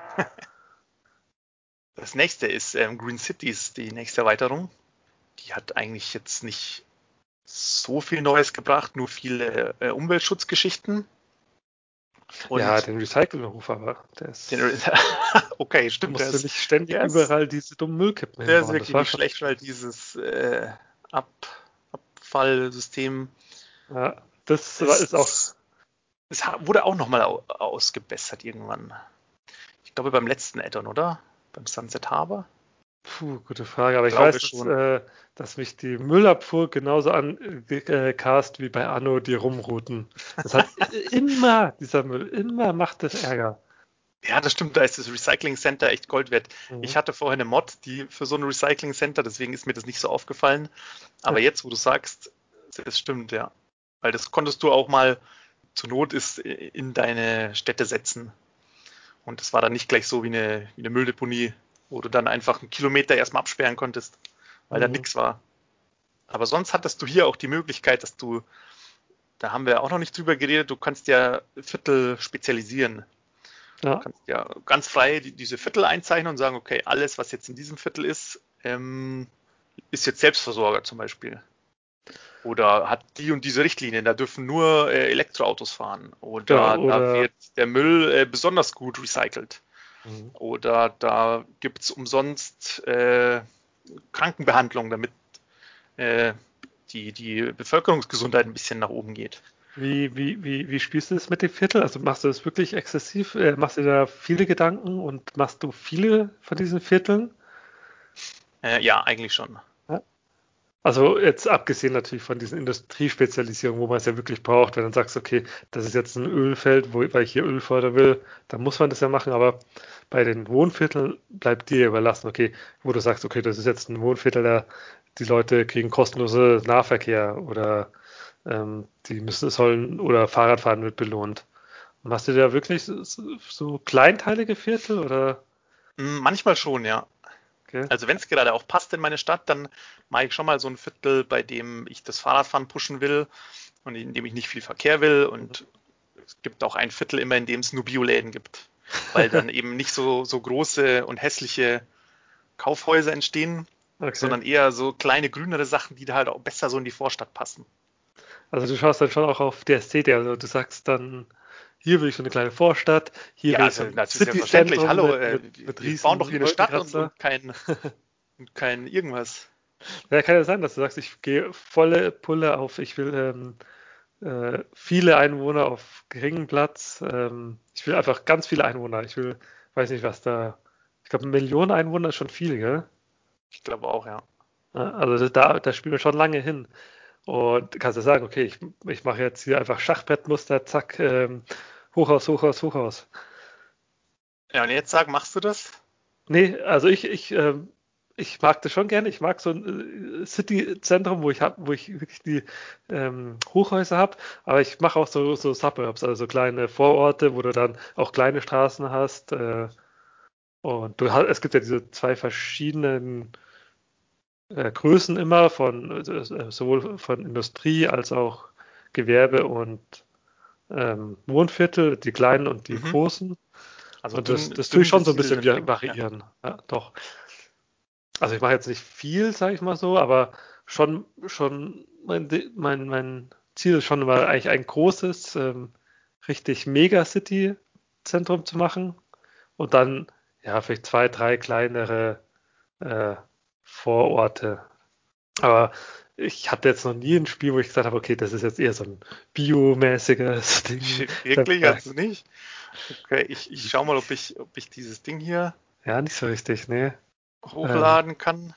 Speaker 2: Das nächste ist Green Cities, die nächste Erweiterung. Die hat eigentlich jetzt nicht so viel Neues gebracht, nur viele Umweltschutzgeschichten.
Speaker 1: Ja,
Speaker 2: Und
Speaker 1: den Recyclinghof aber,
Speaker 2: den, okay, stimmt,
Speaker 1: musst du nicht ständig überall diese dummen Müllkippen
Speaker 2: der ist
Speaker 1: hinbauen. Das
Speaker 2: wirklich
Speaker 1: war
Speaker 2: nicht
Speaker 1: schon
Speaker 2: schlecht, weil
Speaker 1: schön.
Speaker 2: dieses Ab Abfallsystem
Speaker 1: Ja, das ist auch,
Speaker 2: ist, es wurde auch nochmal ausgebessert irgendwann. Ich glaube beim letzten Add-on, oder? Beim Sunset Harbor?
Speaker 1: gute Frage, aber
Speaker 2: Ich
Speaker 1: ich
Speaker 2: glaube
Speaker 1: weiß, dass,
Speaker 2: schon.
Speaker 1: dass mich die Müllabfuhr genauso cast wie bei Anno die Rumrouten. Das hat immer, dieser Müll, immer macht das Ärger.
Speaker 2: Ja, das stimmt, da ist das Recycling Center echt Gold wert. Ich
Speaker 1: Mhm.
Speaker 2: hatte vorher eine Mod, die für so ein Recycling Center, deswegen ist mir das nicht so aufgefallen. Aber jetzt, wo du sagst, das stimmt, ja. Weil das konntest du auch mal zur Not ist in deine Städte setzen. Und das war dann nicht gleich so wie eine Mülldeponie, wo du dann einfach einen Kilometer erstmal absperren konntest, weil da
Speaker 1: Mhm.
Speaker 2: nichts war. Aber sonst hattest du hier auch die Möglichkeit, da haben wir auch noch nicht drüber geredet, du kannst ja Viertel spezialisieren. Du
Speaker 1: Ja,
Speaker 2: kannst ja ganz frei diese Viertel einzeichnen und sagen, okay, alles, was jetzt in diesem Viertel ist jetzt Selbstversorger zum Beispiel. Oder hat die und diese Richtlinien, da dürfen nur Elektroautos fahren.
Speaker 1: genau,
Speaker 2: Oder da
Speaker 1: oder
Speaker 2: wird der Müll besonders gut recycelt.
Speaker 1: mhm.
Speaker 2: Oder da gibt es umsonst Krankenbehandlung, damit äh, die Bevölkerungsgesundheit ein bisschen nach oben geht.
Speaker 1: Wie spielst du das mit dem Viertel? Also machst du das wirklich exzessiv? Machst du da viele Gedanken und machst du viele von diesen Vierteln?
Speaker 2: Ja, eigentlich schon.
Speaker 1: Ja. Also jetzt abgesehen natürlich von diesen Industriespezialisierungen, wo man es ja wirklich braucht, wenn du sagst, okay, das ist jetzt ein Ölfeld, weil ich hier Öl fördern will, dann muss man das ja machen, aber bei den Wohnvierteln bleibt dir überlassen, okay, wo du sagst, okay, das ist jetzt ein Wohnviertel, die Leute kriegen kostenlose Nahverkehr oder die sollen oder Fahrradfahren wird belohnt. Machst du da wirklich so kleinteilige Viertel oder?
Speaker 2: Manchmal schon, ja.
Speaker 1: Okay.
Speaker 2: Also wenn es gerade auch passt in meine Stadt, dann mache ich schon mal so ein Viertel, bei dem ich das Fahrradfahren pushen will und in dem ich nicht viel Verkehr will. Und es gibt auch ein Viertel immer, in dem es nur Bioläden gibt, weil dann eben nicht so große und hässliche Kaufhäuser entstehen,
Speaker 1: Okay.
Speaker 2: sondern eher so kleine, grünere Sachen, die da halt auch besser so in die Vorstadt passen.
Speaker 1: Also du schaust dann schon auch auf die Ästhetik, also du sagst dann, hier will ich so eine kleine Vorstadt, hier
Speaker 2: Ja,
Speaker 1: will ich so
Speaker 2: also
Speaker 1: ein
Speaker 2: natürlich selbstverständlich.
Speaker 1: City-Zentrum
Speaker 2: Hallo,
Speaker 1: mit
Speaker 2: wir bauen doch
Speaker 1: riesen
Speaker 2: hier eine Stadt
Speaker 1: Wolkenkratzer.
Speaker 2: und kein irgendwas.
Speaker 1: Ja, kann ja sein, dass du sagst, ich gehe volle Pulle auf, ich will viele Einwohner auf geringem Platz. Ich will einfach ganz viele Einwohner. Weiß nicht, was da, ich glaube, 1 Million Einwohner ist schon viel, gell?
Speaker 2: Ich glaube auch, ja.
Speaker 1: Ja, also da spielen wir schon lange hin. Und kannst du sagen, okay, ich mache jetzt hier einfach Schachbrettmuster, zack, Hochhaus, Hochhaus, Hochhaus.
Speaker 2: Ja, und jetzt sag, machst du das?
Speaker 1: Nee, also ich mag das schon gerne. Ich mag so ein City-Zentrum, wo ich wirklich die Hochhäuser habe. Aber ich mache auch so Suburbs, also so kleine Vororte, wo du dann auch kleine Straßen hast. Und es gibt ja diese zwei verschiedenen Größen immer sowohl von Industrie als auch Gewerbe und Wohnviertel, die kleinen und die
Speaker 2: Mhm.
Speaker 1: großen.
Speaker 2: Also
Speaker 1: Und
Speaker 2: dünn,
Speaker 1: das tue ich
Speaker 2: dünn
Speaker 1: schon so ein bisschen
Speaker 2: besiedeltes Ding. Ja.
Speaker 1: variieren. Ja, doch. Also ich mache jetzt nicht viel, sage ich mal so, aber schon mein Ziel ist schon immer eigentlich ein großes, richtig Megacity-Zentrum zu machen und dann ja vielleicht 2, 3 kleinere äh, Vororte. Aber ich hatte jetzt noch nie ein Spiel, wo ich gesagt habe, okay, das ist jetzt eher so ein biomäßiges Ding.
Speaker 2: Wirklich? Hast du nicht? Okay, ich schau mal, ob ich dieses Ding hier
Speaker 1: Ja, nicht so richtig, nee. Ähm,
Speaker 2: hochladen kann.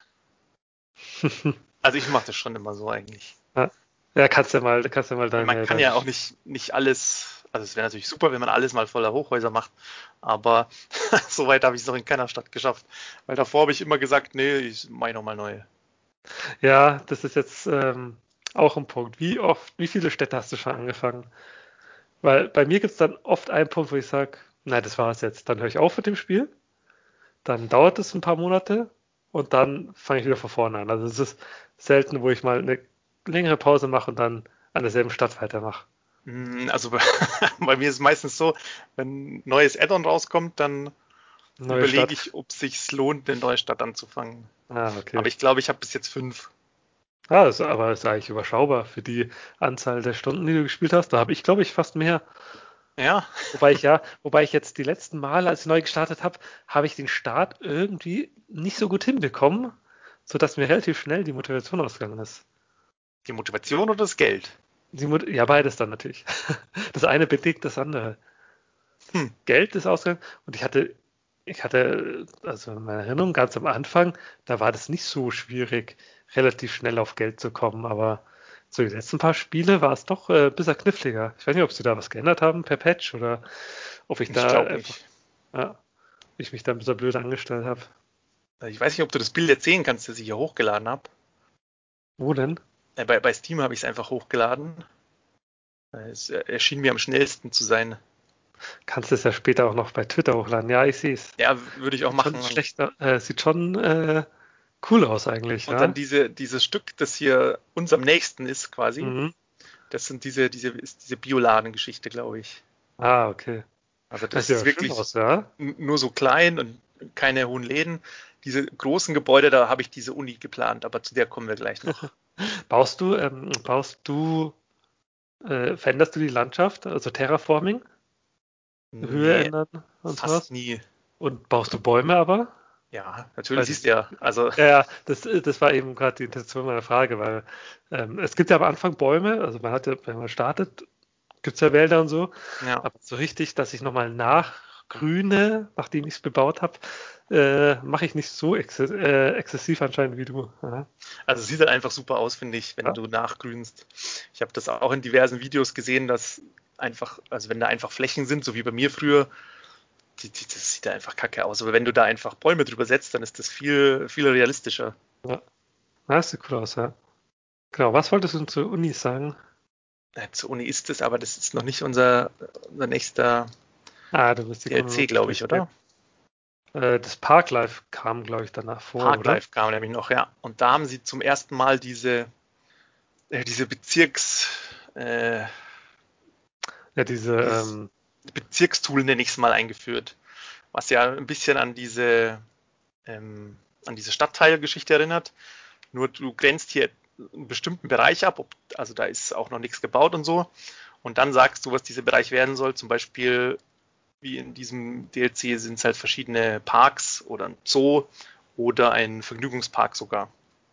Speaker 2: Also ich mache das schon immer so eigentlich.
Speaker 1: ja, ja, kannst ja mal
Speaker 2: Man
Speaker 1: deine,
Speaker 2: kann
Speaker 1: deine
Speaker 2: ja auch nicht alles, also es wäre natürlich super, wenn man alles mal voller Hochhäuser macht, aber so weit habe ich es noch in keiner Stadt geschafft. Weil davor habe ich immer gesagt, nee, ich mache nochmal neue.
Speaker 1: Ja, das ist jetzt auch ein Punkt. Wie viele Städte hast du schon angefangen? Weil bei mir gibt es dann oft einen Punkt, wo ich sage, nein, das war es jetzt. Dann höre ich auf mit dem Spiel, dann dauert es ein paar Monate und dann fange ich wieder von vorne an. Also es ist selten, wo ich mal eine längere Pause mache und dann an derselben Stadt weitermache.
Speaker 2: Also bei mir ist es meistens so, wenn ein neues Add-on rauskommt, dann
Speaker 1: Neue
Speaker 2: überlege
Speaker 1: Stadt.
Speaker 2: ich, ob es sich lohnt, eine neue Stadt anzufangen.
Speaker 1: Ah, okay.
Speaker 2: Aber ich glaube, ich habe bis jetzt 5.
Speaker 1: Aber ist eigentlich überschaubar für die Anzahl der Stunden, die du gespielt hast. Da habe ich, glaube ich, fast mehr.
Speaker 2: Ja,
Speaker 1: Wobei ich jetzt die letzten Male, als ich neu gestartet habe, habe ich den Start irgendwie nicht so gut hinbekommen, sodass mir relativ schnell die Motivation ausgegangen ist.
Speaker 2: die Motivation oder das Geld?
Speaker 1: Ja, beides dann natürlich. Das eine bedingt das andere.
Speaker 2: Hm.
Speaker 1: Das Geld ist ausgegangen und also in meiner Erinnerung ganz am Anfang, da war das nicht so schwierig, relativ schnell auf Geld zu kommen, aber so die letzten paar Spiele war es doch ein bisschen kniffliger. Ich weiß nicht, ob sie da was geändert haben per Patch oder ob ich
Speaker 2: Ich
Speaker 1: da
Speaker 2: glaube
Speaker 1: einfach,
Speaker 2: nicht.
Speaker 1: ja, ich mich da ein bisschen blöd angestellt habe.
Speaker 2: Ich weiß nicht, ob du das Bild jetzt sehen kannst, das ich hier hochgeladen habe.
Speaker 1: Wo denn?
Speaker 2: Bei Steam habe ich es einfach hochgeladen. Es erschien mir am schnellsten zu sein.
Speaker 1: Kannst du es ja später auch noch bei Twitter hochladen. Ja, ich sehe es.
Speaker 2: Ja, würde ich auch machen.
Speaker 1: Sieht schon cool aus eigentlich,
Speaker 2: Und dann
Speaker 1: ja.
Speaker 2: dieses Stück, das hier uns am nächsten ist, quasi,
Speaker 1: Mhm.
Speaker 2: das sind ist diese Bioladen-Geschichte, glaube ich.
Speaker 1: Ah, okay.
Speaker 2: Also
Speaker 1: Das
Speaker 2: das
Speaker 1: sieht
Speaker 2: ist
Speaker 1: ja schön
Speaker 2: wirklich
Speaker 1: aus, ja.
Speaker 2: nur so klein und keine hohen Läden. Diese großen Gebäude, da habe ich diese Uni geplant, aber zu der kommen wir gleich noch.
Speaker 1: Veränderst du die Landschaft, also Terraforming, Höhe
Speaker 2: Nee,
Speaker 1: ändern und
Speaker 2: fast
Speaker 1: sowas?
Speaker 2: nie.
Speaker 1: Und baust du Bäume aber?
Speaker 2: Ja, natürlich
Speaker 1: Weil
Speaker 2: siehst
Speaker 1: das,
Speaker 2: du ja. Also,
Speaker 1: ja, das war eben gerade die Intention meiner Frage, weil es gibt ja am Anfang Bäume, also man hat ja, wenn man startet, gibt es ja Wälder und so,
Speaker 2: ja.
Speaker 1: aber so richtig, dass ich nochmal nachgrüne, nachdem ich es bebaut habe, mache ich nicht so exzessiv anscheinend wie du. Ja.
Speaker 2: Also es sieht halt einfach super aus, finde ich, wenn
Speaker 1: Ja.
Speaker 2: du nachgrünst. Ich habe das auch in diversen Videos gesehen, dass einfach, also wenn da einfach Flächen sind, so wie bei mir früher, das sieht da einfach kacke aus. Aber wenn du da einfach Bäume drüber setzt, dann ist das viel, viel realistischer.
Speaker 1: Ja. Das sieht cool aus, ja. Genau, was wolltest du zur Uni sagen?
Speaker 2: Zur Uni ist es, aber das ist noch nicht unser nächster
Speaker 1: Ah, du bist die
Speaker 2: DLC, glaube ich,
Speaker 1: Chronologie.
Speaker 2: oder?
Speaker 1: Das Parklife kam, glaube ich, danach vor, oder?
Speaker 2: Parklife kam nämlich noch, ja. Und da haben sie zum ersten Mal diese äh,
Speaker 1: Ja,
Speaker 2: dieses Bezirkstool, nenne ich es mal, eingeführt. Was ja ein bisschen an diese Stadtteilgeschichte erinnert. Nur du grenzt hier einen bestimmten Bereich ab, also da ist auch noch nichts gebaut und so. Und dann sagst du, was dieser Bereich werden soll. Zum Beispiel, wie in diesem DLC, sind es halt verschiedene Parks oder ein Zoo oder ein Vergnügungspark sogar.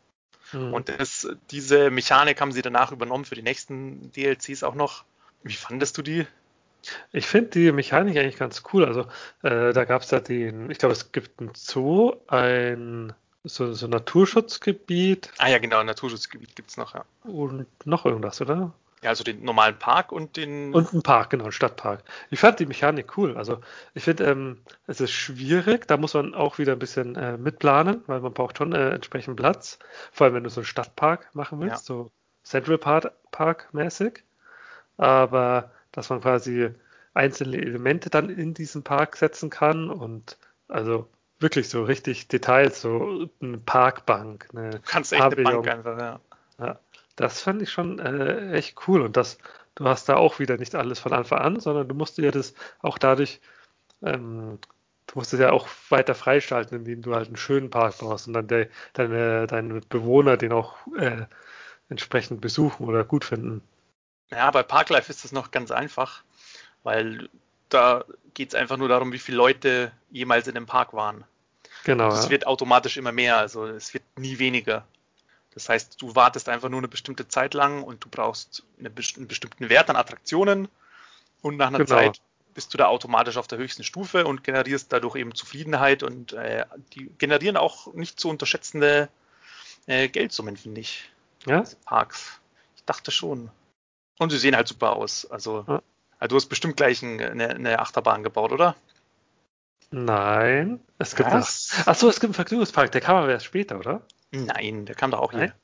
Speaker 1: Mhm.
Speaker 2: Und diese Mechanik haben sie danach übernommen für die nächsten DLCs auch noch. Wie fandest du die?
Speaker 1: Ich finde die Mechanik eigentlich ganz cool. Also da gab es ja ich glaube, es gibt ein Zoo, so ein Naturschutzgebiet
Speaker 2: Ah ja, genau, Naturschutzgebiet gibt's noch, ja.
Speaker 1: und noch irgendwas, oder?
Speaker 2: Ja, also den normalen Park und den.
Speaker 1: Und ein Park, genau, ein Stadtpark. Ich fand die Mechanik cool. Also ich finde, es ist schwierig, da muss man auch wieder ein bisschen mitplanen, weil man braucht schon entsprechend Platz. Vor allem, wenn du so einen Stadtpark machen
Speaker 2: Ja.
Speaker 1: willst, so Central Park mäßig. Aber dass man quasi einzelne Elemente dann in diesen Park setzen kann und also wirklich so richtig Details, so eine Parkbank,
Speaker 2: Du
Speaker 1: eine
Speaker 2: kannst echt eine Bank
Speaker 1: Pavillon.
Speaker 2: einfach, ja.
Speaker 1: Ja, das fand ich schon echt cool. Und du hast da auch wieder nicht alles von Anfang an, sondern du musst dir das auch dadurch, ähm, du musst es ja auch weiter freischalten, indem du halt einen schönen Park baust und dann deine Bewohner den auch entsprechend besuchen oder gut finden.
Speaker 2: Ja, bei Parklife ist das noch ganz einfach, weil da geht's einfach nur darum, wie viele Leute jemals in dem Park waren.
Speaker 1: Genau,
Speaker 2: Und es
Speaker 1: ja.
Speaker 2: wird automatisch immer mehr, also es wird nie weniger. Das heißt, du wartest einfach nur eine bestimmte Zeit lang und du brauchst einen bestimmten Wert an Attraktionen und nach einer
Speaker 1: Genau.
Speaker 2: Zeit bist du da automatisch auf der höchsten Stufe und generierst dadurch eben Zufriedenheit und die generieren auch nicht zu unterschätzende Geldsummen, finde ich,
Speaker 1: Ja?
Speaker 2: diese Parks. Ich dachte schon. Und sie sehen halt super aus. Also,
Speaker 1: Ja.
Speaker 2: du hast bestimmt gleich eine Achterbahn gebaut, oder?
Speaker 1: Nein, es gibt nach.
Speaker 2: Was?
Speaker 1: Ach so, es gibt einen Vergnügungspark, der kam aber erst später, oder?
Speaker 2: Nein, der kam doch auch
Speaker 1: Nein?
Speaker 2: hier.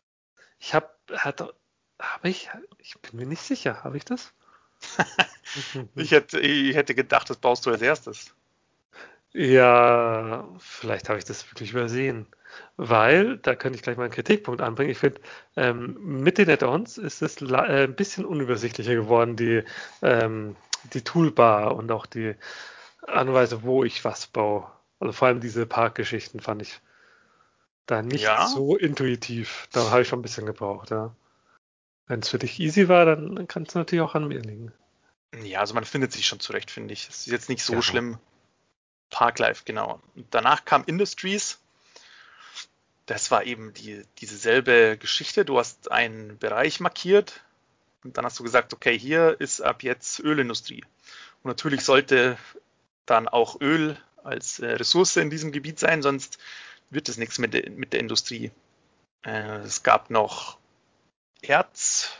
Speaker 1: Ich bin mir nicht sicher, habe ich das?
Speaker 2: Ich hätte gedacht, das baust du als erstes.
Speaker 1: Ja, vielleicht habe ich das wirklich übersehen. Weil, da könnte ich gleich mal einen Kritikpunkt anbringen. Ich finde, mit den Add-ons ist es ein bisschen unübersichtlicher geworden, die Toolbar und auch die Art und Weise, wo ich was baue. Also vor allem diese Parkgeschichten fand ich da nicht
Speaker 2: Ja,
Speaker 1: so intuitiv. Da habe ich schon ein bisschen gebraucht, ja. Wenn es für dich easy war, dann kann es natürlich auch an mir liegen.
Speaker 2: ja, also man findet sich schon zurecht, finde ich. Es ist jetzt nicht so
Speaker 1: Ja.
Speaker 2: schlimm. Parklife, genau. Und danach kam Industries. Das war eben diese selbe Geschichte. Du hast einen Bereich markiert und dann hast du gesagt, okay, hier ist ab jetzt Ölindustrie. Und natürlich sollte dann auch Öl als Ressource in diesem Gebiet sein, sonst wird es nichts mit der Industrie. Es gab noch Erz,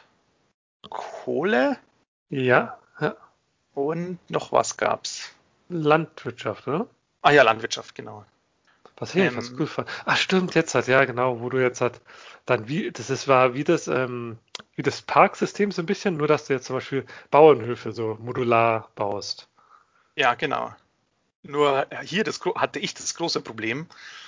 Speaker 2: Kohle
Speaker 1: Ja, ja.
Speaker 2: und noch was gab's.
Speaker 1: Landwirtschaft, oder?
Speaker 2: Ah ja, Landwirtschaft, genau.
Speaker 1: Was ich eigentlich ganz
Speaker 2: Ähm,
Speaker 1: cool fand. Ach, stimmt, ja, genau, wo du jetzt dann war wie das Parksystem so ein bisschen, nur dass du jetzt zum Beispiel Bauernhöfe so modular baust.
Speaker 2: ja, genau. Nur hier hatte ich das große Problem,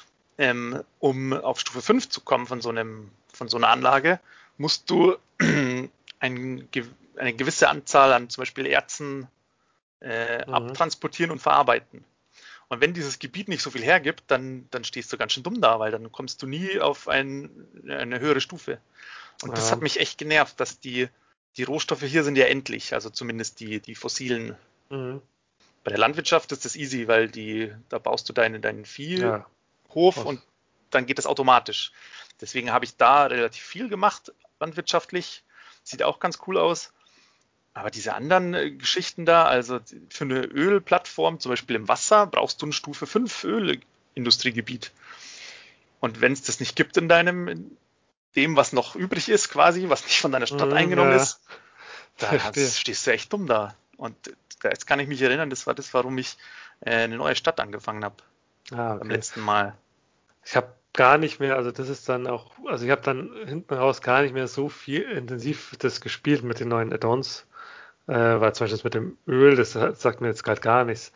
Speaker 2: um auf Stufe 5 zu kommen von so einer Anlage, musst du ein, eine gewisse Anzahl an zum Beispiel Erzen
Speaker 1: Mhm.
Speaker 2: abtransportieren und verarbeiten. Und wenn dieses Gebiet nicht so viel hergibt, dann stehst du ganz schön dumm da, weil dann kommst du nie auf eine höhere Stufe. Und das hat
Speaker 1: Ja,
Speaker 2: mich echt genervt, dass die Rohstoffe hier sind ja endlich, also zumindest die fossilen.
Speaker 1: mhm.
Speaker 2: Bei der Landwirtschaft ist das easy, weil da baust du deinen Viehhof
Speaker 1: Ja,
Speaker 2: und
Speaker 1: aus.
Speaker 2: dann geht das automatisch. Deswegen habe ich da relativ viel gemacht, landwirtschaftlich. Sieht auch ganz cool aus. Aber diese anderen Geschichten da, also für eine Ölplattform, zum Beispiel im Wasser, brauchst du ein Stufe 5 Ölindustriegebiet. Und wenn es das nicht gibt in dem, was noch übrig ist, quasi, was nicht von deiner Stadt
Speaker 1: Mhm,
Speaker 2: eingenommen
Speaker 1: ja,
Speaker 2: ist, da
Speaker 1: verstehe.
Speaker 2: stehst du echt dumm da. Und jetzt kann ich mich erinnern, das war das, warum ich eine neue Stadt angefangen habe
Speaker 1: Ah,
Speaker 2: beim
Speaker 1: okay.
Speaker 2: letzten Mal.
Speaker 1: Ich habe gar nicht mehr, also das ist dann auch, also ich habe dann hinten raus gar nicht mehr so viel intensiv das gespielt mit den neuen Add-ons, weil zum Beispiel das mit dem Öl, das sagt mir jetzt gerade gar nichts.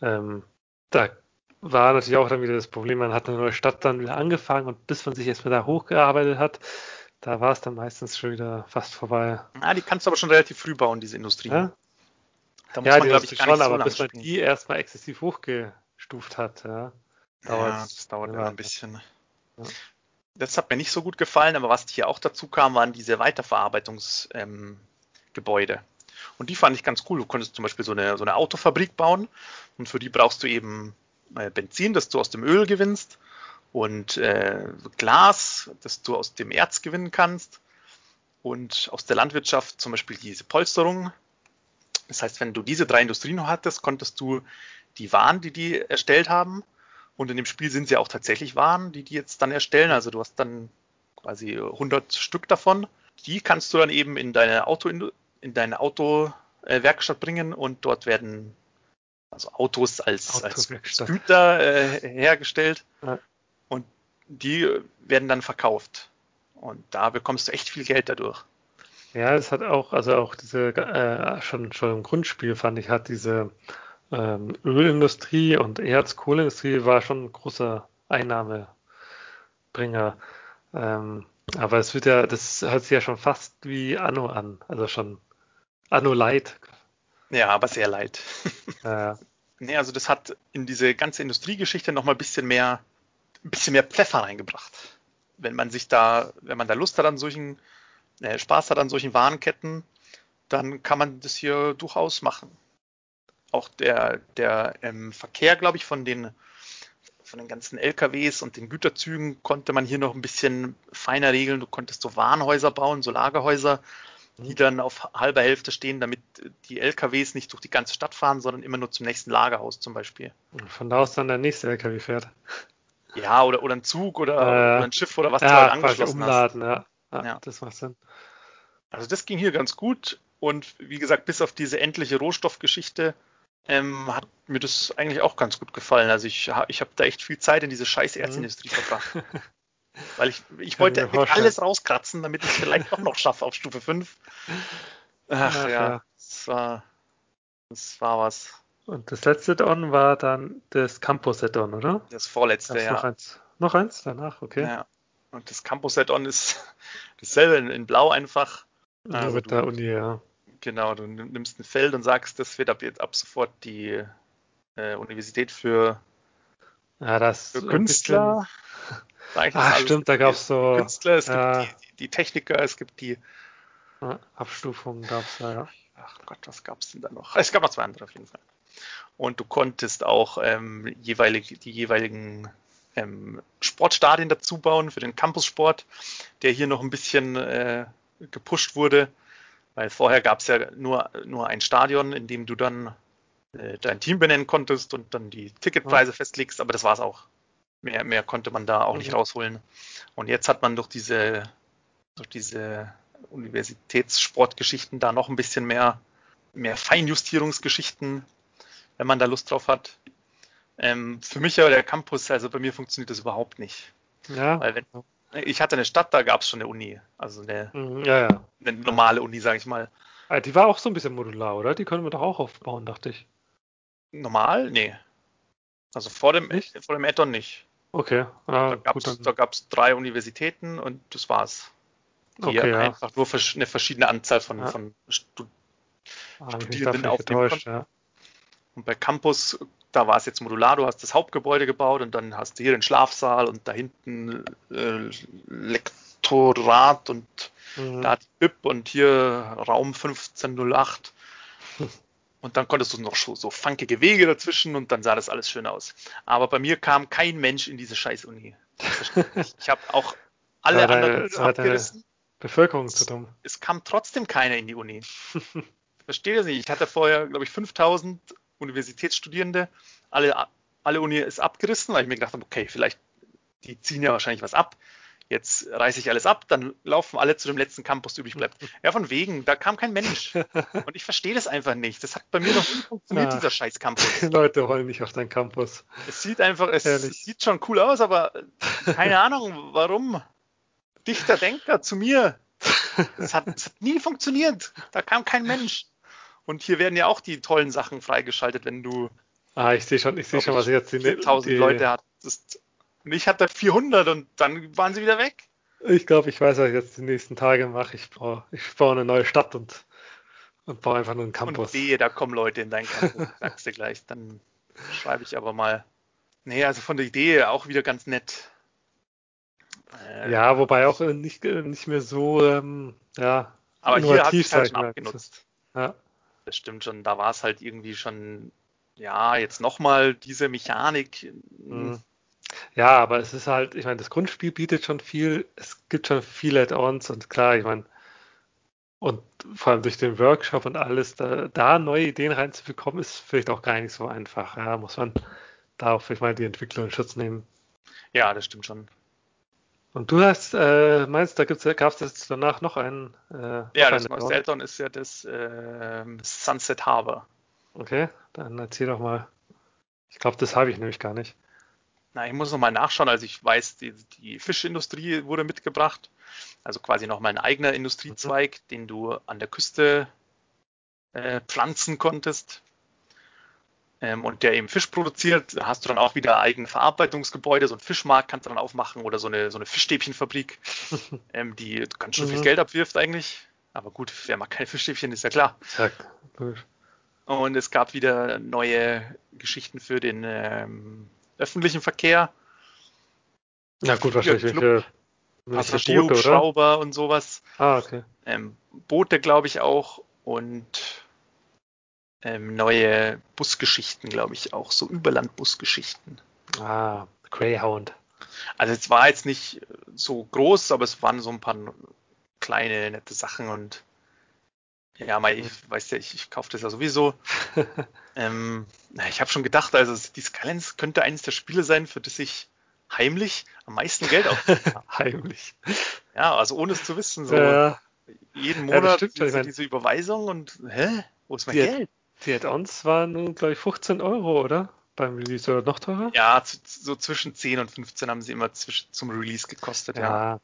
Speaker 1: Da war natürlich auch dann wieder das Problem, man hat eine neue Stadt dann wieder angefangen und bis man sich erstmal da hochgearbeitet hat, da war es dann meistens schon wieder fast vorbei.
Speaker 2: Die kannst du aber schon relativ früh bauen, diese Industrie.
Speaker 1: Ja,
Speaker 2: Da muss
Speaker 1: ja,
Speaker 2: man,
Speaker 1: die
Speaker 2: glaube
Speaker 1: hast du
Speaker 2: ich, gar nicht
Speaker 1: schon,
Speaker 2: so
Speaker 1: aber
Speaker 2: lange
Speaker 1: bis man
Speaker 2: springen.
Speaker 1: die erstmal exzessiv hochgestuft hat, ja, dauert
Speaker 2: Ja,
Speaker 1: es
Speaker 2: das dauert
Speaker 1: eine
Speaker 2: immer ein
Speaker 1: Weile.
Speaker 2: bisschen.
Speaker 1: Ja.
Speaker 2: Das hat mir nicht so gut gefallen, aber was hier auch dazu kam, waren diese Weiterverarbeitungsgebäude. Gebäude. Und die fand ich ganz cool. Du konntest zum Beispiel so eine Autofabrik bauen und für die brauchst du eben Benzin, das du aus dem Öl gewinnst. und Glas, das du aus dem Erz gewinnen kannst und aus der Landwirtschaft zum Beispiel diese Polsterung. Das heißt, wenn du diese 3 Industrien noch hattest, konntest du die Waren, die erstellt haben, und in dem Spiel sind sie auch tatsächlich Waren, die jetzt dann erstellen, also du hast dann quasi 100 Stück davon, die kannst du dann eben in deine Autowerkstatt bringen und dort werden also Autos als Güter hergestellt
Speaker 1: Ja.
Speaker 2: und die werden dann verkauft. Und da bekommst du echt viel Geld dadurch.
Speaker 1: Ja, es hat auch, also auch diese, schon im Grundspiel fand ich, hat diese Ölindustrie und Kohleindustrie war schon ein großer Einnahmebringer. Aber es wird ja, das hört sich ja schon fast wie Anno an, also schon Anno Light.
Speaker 2: Ja, aber sehr leid.
Speaker 1: Äh,
Speaker 2: Nee, also das hat in diese ganze Industriegeschichte nochmal ein bisschen mehr Pfeffer reingebracht. Wenn man da Lust hat an solchen, Spaß hat an solchen Warenketten, dann kann man das hier durchaus machen. Auch der Verkehr, glaube ich, von den ganzen LKWs und den Güterzügen konnte man hier noch ein bisschen feiner regeln. Du konntest so Warenhäuser bauen, so Lagerhäuser, die dann auf halber Hälfte stehen, damit die LKWs nicht durch die ganze Stadt fahren, sondern immer nur zum nächsten Lagerhaus zum Beispiel.
Speaker 1: von da aus dann der nächste LKW fährt.
Speaker 2: Ja, oder ein Zug oder ein Schiff oder was du halt
Speaker 1: Ja, quasi
Speaker 2: angeschlossen hast.
Speaker 1: umladen, ja. Ja,
Speaker 2: Ja.
Speaker 1: das macht Sinn.
Speaker 2: Also das ging hier ganz gut und wie gesagt, bis auf diese endliche Rohstoffgeschichte hat mir das eigentlich auch ganz gut gefallen. Also ich habe da echt viel Zeit in diese scheiß Erzindustrie verbracht. Weil ich
Speaker 1: Kann ich
Speaker 2: wollte
Speaker 1: mir
Speaker 2: eigentlich
Speaker 1: vorstellen.
Speaker 2: alles rauskratzen, damit ich es vielleicht doch noch schaffe auf Stufe 5. Ach ja, das war was.
Speaker 1: Und das letzte Add-on war dann das Campus-Add-on, oder?
Speaker 2: Das vorletzte,
Speaker 1: Gab es noch
Speaker 2: ja.
Speaker 1: eins? Noch eins danach, okay.
Speaker 2: Ja. Und das Campus-Add-on ist dasselbe in Blau einfach.
Speaker 1: Nur
Speaker 2: Also
Speaker 1: mit der Uni, ja.
Speaker 2: genau, du nimmst ein Feld und sagst, das wird ab sofort die Universität für
Speaker 1: Ja, das ist ein bisschen.
Speaker 2: Künstler, sage ich jetzt.
Speaker 1: Ah,
Speaker 2: Also es
Speaker 1: stimmt,
Speaker 2: gibt
Speaker 1: da gab es
Speaker 2: die
Speaker 1: so,
Speaker 2: Künstler, es gibt
Speaker 1: ja,
Speaker 2: die Techniker, es gibt
Speaker 1: Abstufungen gab es da, ja.
Speaker 2: ach Gott, was gab es denn da noch? Es gab noch 2 andere auf jeden Fall. Und du konntest auch die jeweiligen Sportstadien dazu bauen für den Campussport, der hier noch ein bisschen gepusht wurde, weil vorher gab es ja nur ein Stadion, in dem du dann dein Team benennen konntest und dann die Ticketpreise festlegst, aber das war es auch. Mehr konnte man da auch nicht rausholen. Und jetzt hat man durch diese Universitätssportgeschichten da noch ein bisschen mehr Feinjustierungsgeschichten, wenn man da Lust drauf hat. Für mich aber der Campus, also bei mir funktioniert das überhaupt nicht.
Speaker 1: Ja,
Speaker 2: Weil ich hatte eine Stadt, da gab es schon eine Uni, also eine
Speaker 1: ja.
Speaker 2: normale Uni, sage ich mal.
Speaker 1: Die war auch so ein bisschen modular, oder? Die können wir doch auch aufbauen, dachte ich.
Speaker 2: Normal? Nee. Also
Speaker 1: Nicht?
Speaker 2: vor dem Add-on nicht.
Speaker 1: Okay, gut,
Speaker 2: Da
Speaker 1: dann.
Speaker 2: gab's 3 Universitäten und das war's. Die
Speaker 1: Okay, ja.
Speaker 2: einfach nur eine verschiedene Anzahl
Speaker 1: Ja,
Speaker 2: von
Speaker 1: habe ich mich da
Speaker 2: Studierenden
Speaker 1: vielleicht
Speaker 2: aufnehmen
Speaker 1: getäuscht,
Speaker 2: konnten.
Speaker 1: ja.
Speaker 2: Und bei Campus, da war es jetzt modular, du hast das Hauptgebäude gebaut und dann hast du hier den Schlafsaal und da hinten Lektorat und da die BIP und hier Raum 1508. Und dann konntest du noch so funkige Wege dazwischen und dann sah das alles schön aus. Aber bei mir kam kein Mensch in diese Scheiß-Uni. Ich habe auch alle anderen Unis
Speaker 1: Da war deine
Speaker 2: abgerissen.
Speaker 1: Bevölkerung zu dumm.
Speaker 2: Es kam trotzdem keiner in die Uni. Ich verstehe das nicht. Ich hatte vorher, glaube ich, 5000 Universitätsstudierende. Alle Uni ist abgerissen, weil ich mir gedacht habe, okay, vielleicht, die ziehen ja wahrscheinlich was ab. Jetzt reiße ich alles ab, dann laufen alle zu dem letzten Campus, der übrig bleibt. Ja, von wegen, da kam kein Mensch. Und ich verstehe das einfach nicht. Das hat bei mir noch nie funktioniert, dieser scheiß Campus.
Speaker 1: Die Leute wollen nicht auf deinen Campus.
Speaker 2: Es sieht
Speaker 1: Ehrlich.
Speaker 2: sieht schon cool aus, aber keine Ahnung, warum. Dichter Denker zu mir. Es hat nie funktioniert. Da kam kein Mensch. Und hier werden ja auch die tollen Sachen freigeschaltet, wenn du,
Speaker 1: Ich sehe schon,
Speaker 2: glaube
Speaker 1: was
Speaker 2: ich,
Speaker 1: jetzt
Speaker 2: 4000 Leute hattest. Und ich hatte 400 und dann waren sie wieder weg.
Speaker 1: ich glaube, ich weiß, was ich jetzt die nächsten Tage mache. Ich baue eine neue Stadt und baue einfach nur einen
Speaker 2: Und
Speaker 1: Campus.
Speaker 2: wehe, da kommen Leute in dein Campus, sagst du gleich. Dann schreibe ich aber mal. Nee, also von der Idee auch wieder ganz nett.
Speaker 1: Ja, wobei auch nicht mehr so, ja,
Speaker 2: Aber hier hat
Speaker 1: innovativ,
Speaker 2: sich halt
Speaker 1: sag ich
Speaker 2: schon
Speaker 1: mal.
Speaker 2: abgenutzt.
Speaker 1: Ja,
Speaker 2: Das stimmt schon. Da war es halt irgendwie schon, ja, jetzt nochmal diese Mechanik.
Speaker 1: hm. Ja, aber es ist halt, ich meine, das Grundspiel bietet schon viel, es gibt schon viele Add-ons und klar, ich meine, und vor allem durch den Workshop und alles, da neue Ideen reinzubekommen, ist vielleicht auch gar nicht so einfach. Ja, muss man da auch vielleicht mal die Entwickler in Schutz nehmen.
Speaker 2: Ja, das stimmt schon.
Speaker 1: Und du meinst, gab es jetzt danach
Speaker 2: Ja,
Speaker 1: noch
Speaker 2: das
Speaker 1: ein
Speaker 2: neueste
Speaker 1: Add-on?
Speaker 2: Add-on ist ja das Sunset Harbor.
Speaker 1: Okay, dann erzähl doch mal. Ich glaube, das habe ich nämlich gar nicht.
Speaker 2: Na, ich muss noch mal nachschauen. Also ich weiß, die Fischindustrie wurde mitgebracht. Also quasi nochmal ein eigener
Speaker 1: Mhm.
Speaker 2: Industriezweig, den du an der Küste pflanzen konntest. Und der eben Fisch produziert. Da hast du dann auch wieder eigene Verarbeitungsgebäude, so ein Fischmarkt kannst du dann aufmachen oder so eine Fischstäbchenfabrik, die ganz schön viel
Speaker 1: Mhm.
Speaker 2: Geld abwirft eigentlich. Aber gut, wer mag keine Fischstäbchen, ist ja klar.
Speaker 1: Ja, logisch.
Speaker 2: Und es gab wieder neue Geschichten für den öffentlichen Verkehr.
Speaker 1: Ja gut, wahrscheinlich
Speaker 2: Fliegerclub,
Speaker 1: welche Boote, oder?
Speaker 2: Passagierhubschrauber und sowas.
Speaker 1: Ah, okay.
Speaker 2: Boote, glaube ich, auch. Und neue Busgeschichten, glaube ich, auch. So Überlandbusgeschichten.
Speaker 1: Ah, Greyhound.
Speaker 2: Also es war jetzt nicht so groß, aber es waren so ein paar kleine, nette Sachen. Und ja, ich weiß ja, ich kaufe das ja sowieso. Ich habe schon gedacht, also die Skylands könnte eines der Spiele sein, für das ich heimlich am meisten Geld ausgegeben habe.
Speaker 1: Heimlich.
Speaker 2: Ja, also ohne es zu wissen, so
Speaker 1: Ja,
Speaker 2: jeden
Speaker 1: ja, das
Speaker 2: Monat
Speaker 1: stimmt schon. Ich
Speaker 2: so
Speaker 1: meine,
Speaker 2: diese Überweisung und wo ist mein
Speaker 1: die, Add-
Speaker 2: Geld?
Speaker 1: die Add-ons waren nun, glaube ich, 15 Euro, oder? Beim Release oder noch teurer?
Speaker 2: Ja, so zwischen 10 und 15 haben sie immer zum Release gekostet, ja.
Speaker 1: Ja.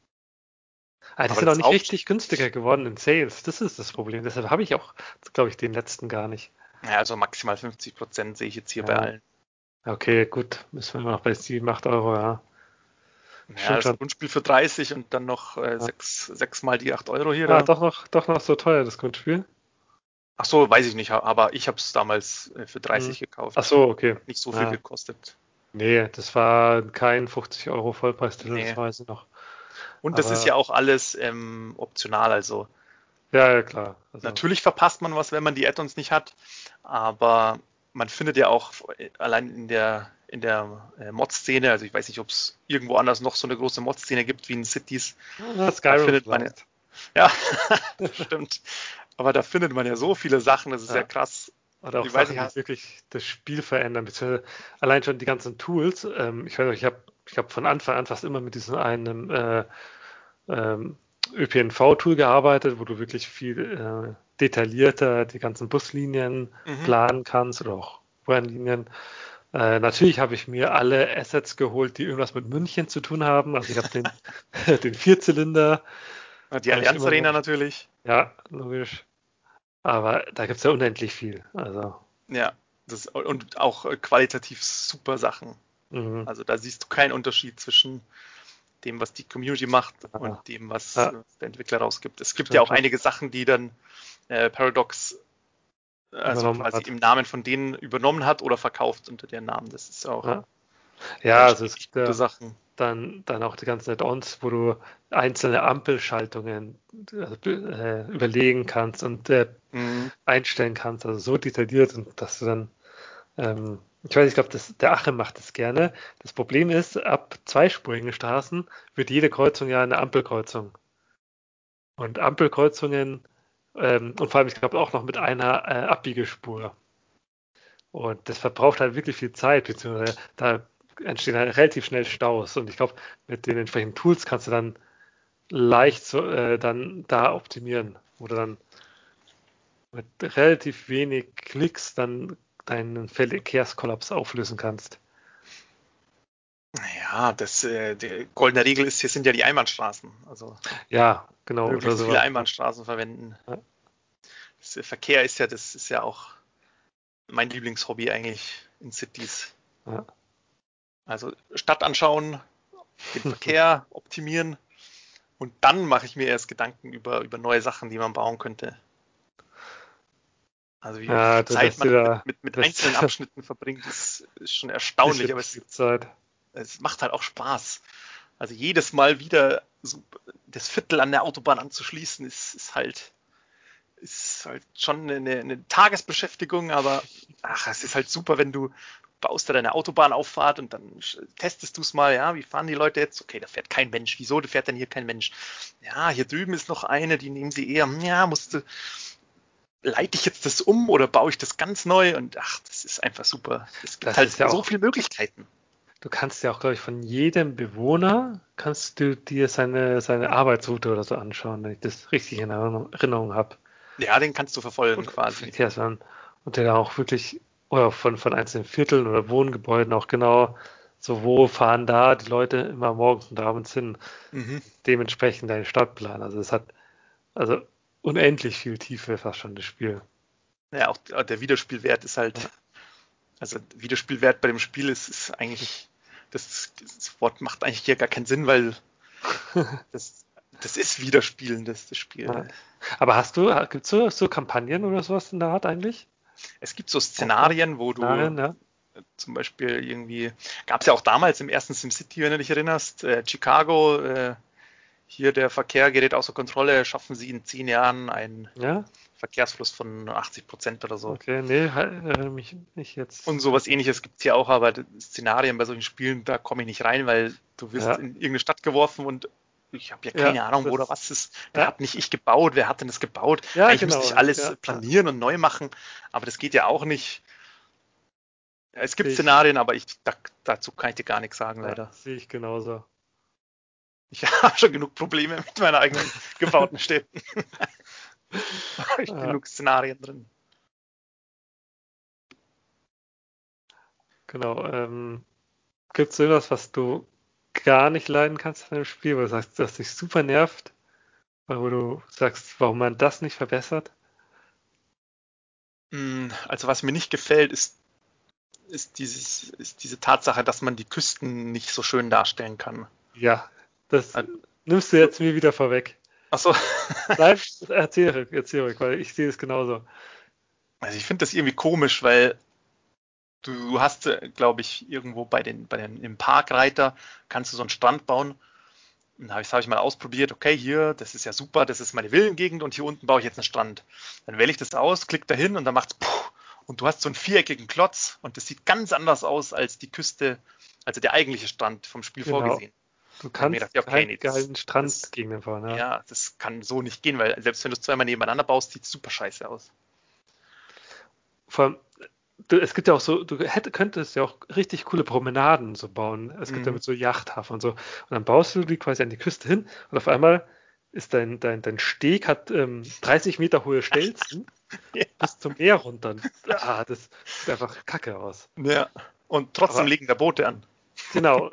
Speaker 1: Aber die
Speaker 2: Aber
Speaker 1: sind auch
Speaker 2: das
Speaker 1: nicht
Speaker 2: Haupt,
Speaker 1: richtig günstiger geworden in Sales. Das ist das Problem. Deshalb habe ich auch, glaube ich, den letzten gar nicht.
Speaker 2: ja, also maximal 50% sehe ich jetzt hier bei
Speaker 1: Ja.
Speaker 2: allen.
Speaker 1: Okay, gut. Müssen wir immer noch bei Steam 8 Euro, ja.
Speaker 2: Ja,
Speaker 1: Stimmt
Speaker 2: das
Speaker 1: schon.
Speaker 2: Grundspiel für 30 und dann noch
Speaker 1: Ja.
Speaker 2: sechs mal die 8 Euro hier
Speaker 1: Ah,
Speaker 2: da.
Speaker 1: doch noch so teuer, das Grundspiel.
Speaker 2: Ach so, weiß ich nicht, aber ich habe es damals für
Speaker 1: Hm.
Speaker 2: 30
Speaker 1: Ach
Speaker 2: gekauft.
Speaker 1: so, okay.
Speaker 2: Hat nicht so viel
Speaker 1: Ja.
Speaker 2: gekostet.
Speaker 1: Nee, das war kein 50 Euro Vollpreistitel, das
Speaker 2: Nee.
Speaker 1: weiß ich noch.
Speaker 2: Und das ist
Speaker 1: Aber
Speaker 2: ja auch alles optional. Also
Speaker 1: ja, ja, klar. Also,
Speaker 2: natürlich verpasst man was, wenn man die Add-ons nicht hat, aber man findet ja auch allein in der Mod-Szene, also ich weiß nicht, ob es irgendwo anders noch so eine große Mod-Szene gibt wie in Cities, da
Speaker 1: Skyrim
Speaker 2: findet man ja,
Speaker 1: vielleicht.
Speaker 2: ja, stimmt, aber da findet man ja so viele Sachen, das ist ja
Speaker 1: Ja.
Speaker 2: krass.
Speaker 1: Oder auch
Speaker 2: Ich weiß nicht,
Speaker 1: Sachen, die wirklich das Spiel verändern, beziehungsweise allein schon die ganzen Tools. Ich weiß nicht, ich hab von Anfang an fast immer mit diesem einen ähm, ÖPNV-Tool gearbeitet, wo du wirklich viel detaillierter die ganzen Buslinien
Speaker 2: mhm.
Speaker 1: planen kannst oder auch U-Bahn-Linien. Natürlich habe ich mir alle Assets geholt, die irgendwas mit München zu tun haben. Also ich habe den Vierzylinder,
Speaker 2: Die
Speaker 1: habe ich
Speaker 2: Allianz
Speaker 1: immer
Speaker 2: Arena
Speaker 1: noch.
Speaker 2: natürlich,
Speaker 1: Ja, logisch. Aber da gibt es ja unendlich viel. Also,
Speaker 2: ja, und auch qualitativ super Sachen.
Speaker 1: mhm.
Speaker 2: Also da siehst du keinen Unterschied zwischen dem, was die Community macht und
Speaker 1: Ja,
Speaker 2: dem, was
Speaker 1: ja,
Speaker 2: der Entwickler rausgibt. Es gibt ja
Speaker 1: stimmt
Speaker 2: auch
Speaker 1: schon.
Speaker 2: einige Sachen, die dann Paradox also
Speaker 1: Übernommen
Speaker 2: quasi
Speaker 1: hat.
Speaker 2: im Namen von denen übernommen hat oder verkauft unter deren Namen. Das ist auch,
Speaker 1: Ja, ja,
Speaker 2: da
Speaker 1: also
Speaker 2: stehen
Speaker 1: es
Speaker 2: echt
Speaker 1: gibt
Speaker 2: gute
Speaker 1: ja
Speaker 2: Sachen.
Speaker 1: dann auch die ganzen Add-ons, wo du einzelne Ampelschaltungen überlegen kannst und
Speaker 2: Mhm.
Speaker 1: einstellen kannst, also so detailliert und dass du dann, ich weiß, ich glaube, der Achim macht das gerne. Das Problem ist, ab zweispurigen Straßen wird jede Kreuzung ja eine Ampelkreuzung. Und Ampelkreuzungen, und vor allem, ich glaube, auch noch mit einer Abbiegespur. Und das verbraucht halt wirklich viel Zeit, beziehungsweise da entstehen halt relativ schnell Staus. Und ich glaube, mit den entsprechenden Tools kannst du dann leicht dann da optimieren, wo du dann mit relativ wenig Klicks dann deinen Verkehrskollaps auflösen kannst.
Speaker 2: Ja, die goldene Regel ist, hier sind ja die Einbahnstraßen. Also
Speaker 1: Ja, genau, oder
Speaker 2: möglichst viele
Speaker 1: sowas. Ja,
Speaker 2: Einbahnstraßen verwenden.
Speaker 1: ja,
Speaker 2: Verkehr das ist ja auch mein Lieblingshobby eigentlich in Cities.
Speaker 1: ja.
Speaker 2: Also Stadt anschauen, den Verkehr optimieren und dann mache ich mir erst Gedanken über neue Sachen, die man bauen könnte. Also wie
Speaker 1: Ja,
Speaker 2: viel
Speaker 1: du
Speaker 2: Zeit
Speaker 1: lässt dir
Speaker 2: man
Speaker 1: da
Speaker 2: mit
Speaker 1: lässt
Speaker 2: einzelnen Abschnitten verbringt, ist schon
Speaker 1: ein
Speaker 2: erstaunlich,
Speaker 1: bisschen
Speaker 2: aber
Speaker 1: viel Zeit.
Speaker 2: es macht halt auch Spaß. Also jedes Mal wieder so das Viertel an der Autobahn anzuschließen, ist halt schon eine Tagesbeschäftigung, aber ach, es ist halt super, wenn du baust da deine Autobahnauffahrt und dann testest du es mal, ja, wie fahren die Leute jetzt? Okay, da fährt kein Mensch. Wieso, da fährt denn hier kein Mensch? Ja, hier drüben ist noch eine, die nehmen sie eher, ja, leite ich jetzt das um oder baue ich das ganz neu? Und ach, das ist einfach super. Es gibt
Speaker 1: Das
Speaker 2: halt
Speaker 1: ist ja
Speaker 2: so
Speaker 1: auch,
Speaker 2: viele Möglichkeiten.
Speaker 1: du kannst ja auch, glaube ich, von jedem Bewohner kannst du dir seine Arbeitsroute oder so anschauen, wenn ich das richtig in Erinnerung habe.
Speaker 2: Ja, den kannst du verfolgen
Speaker 1: Und
Speaker 2: quasi.
Speaker 1: Verkehrswahn. Und der auch wirklich, oder von einzelnen Vierteln oder Wohngebäuden auch genau, so wo fahren da die Leute immer morgens und abends hin.
Speaker 2: Mhm.
Speaker 1: Dementsprechend deinen Stadtplan. Also es hat also unendlich viel Tiefe fast schon das Spiel.
Speaker 2: Ja, auch der Wiederspielwert ist halt, also Wiederspielwert bei dem Spiel ist eigentlich, das Wort macht eigentlich hier gar keinen Sinn, weil das, das ist Wiederspielen, das
Speaker 1: Ja.
Speaker 2: Spiel.
Speaker 1: Aber gibt es so Kampagnen oder sowas in der Art eigentlich?
Speaker 2: Es gibt so
Speaker 1: Aufbau?
Speaker 2: Szenarien, wo du
Speaker 1: Szenarien, ja.
Speaker 2: zum Beispiel irgendwie, gab es ja auch damals im ersten SimCity, wenn du dich erinnerst, Chicago, hier der Verkehr gerät außer Kontrolle, schaffen sie in 10 Jahren einen
Speaker 1: Ja,
Speaker 2: Verkehrsfluss von 80% oder so.
Speaker 1: okay, nee, mich nicht
Speaker 2: Und
Speaker 1: jetzt.
Speaker 2: sowas ähnliches gibt es hier auch, aber Szenarien bei solchen Spielen, da komme ich nicht rein, weil du wirst
Speaker 1: Ja,
Speaker 2: in irgendeine Stadt geworfen und ich habe ja
Speaker 1: ja,
Speaker 2: keine Ahnung, wo oder
Speaker 1: das,
Speaker 2: was ist. Der
Speaker 1: ja,
Speaker 2: hat nicht ich gebaut, wer hat denn das gebaut?
Speaker 1: ja,
Speaker 2: Eigentlich müsste
Speaker 1: genau,
Speaker 2: ich alles
Speaker 1: ja, ja,
Speaker 2: planieren und neu machen, aber das geht ja auch nicht. Es gibt
Speaker 1: sehe ich,
Speaker 2: Szenarien, aber dazu kann ich dir gar nichts sagen,
Speaker 1: ja,
Speaker 2: leider.
Speaker 1: sehe ich genauso.
Speaker 2: Ich habe schon genug Probleme mit meiner eigenen gebauten Städten. Da habe ich
Speaker 1: Ja,
Speaker 2: genug Szenarien drin.
Speaker 1: genau. Gibt es irgendwas, was du gar nicht leiden kannst an dem Spiel, wo du sagst, dass dich super nervt, oder wo du sagst, warum man das nicht verbessert?
Speaker 2: Also was mir nicht gefällt, ist diese Tatsache, dass man die Küsten nicht so schön darstellen kann.
Speaker 1: Ja, das
Speaker 2: Also,
Speaker 1: nimmst du jetzt mir wieder vorweg.
Speaker 2: achso,
Speaker 1: Nein, erzähl ruhig, weil ich sehe es genauso.
Speaker 2: also ich finde das irgendwie komisch, weil du hast, glaube ich, irgendwo im Parkreiter kannst du so einen Strand bauen. Und das habe ich mal ausprobiert. Okay, hier, das ist ja super, das ist meine Villengegend und hier unten baue ich jetzt einen Strand. Dann wähle ich das aus, klick dahin und dann macht's puh, und du hast so einen viereckigen Klotz und das sieht ganz anders aus als die Küste, also der eigentliche Strand vom Spiel
Speaker 1: Genau.
Speaker 2: vorgesehen.
Speaker 1: Du
Speaker 2: Dann habe ich mir gedacht,
Speaker 1: kannst
Speaker 2: ja, okay,
Speaker 1: keinen
Speaker 2: nee,
Speaker 1: geilen Strandgegner bauen, ja.
Speaker 2: ja, das kann so nicht gehen, weil selbst wenn du es zweimal nebeneinander baust, sieht es super scheiße aus.
Speaker 1: Vor allem, es gibt ja auch so, könntest ja auch richtig coole Promenaden so bauen. Es gibt ja
Speaker 2: Mhm.
Speaker 1: mit so Yachthafen und so. Und dann baust du die quasi an die Küste hin und auf einmal ist dein Steg hat 30 Meter hohe Stelzen
Speaker 2: Ja.
Speaker 1: bis zum Meer runter. Das sieht einfach kacke aus.
Speaker 2: Ja. Und trotzdem
Speaker 1: Aber
Speaker 2: liegen da Boote an.
Speaker 1: genau,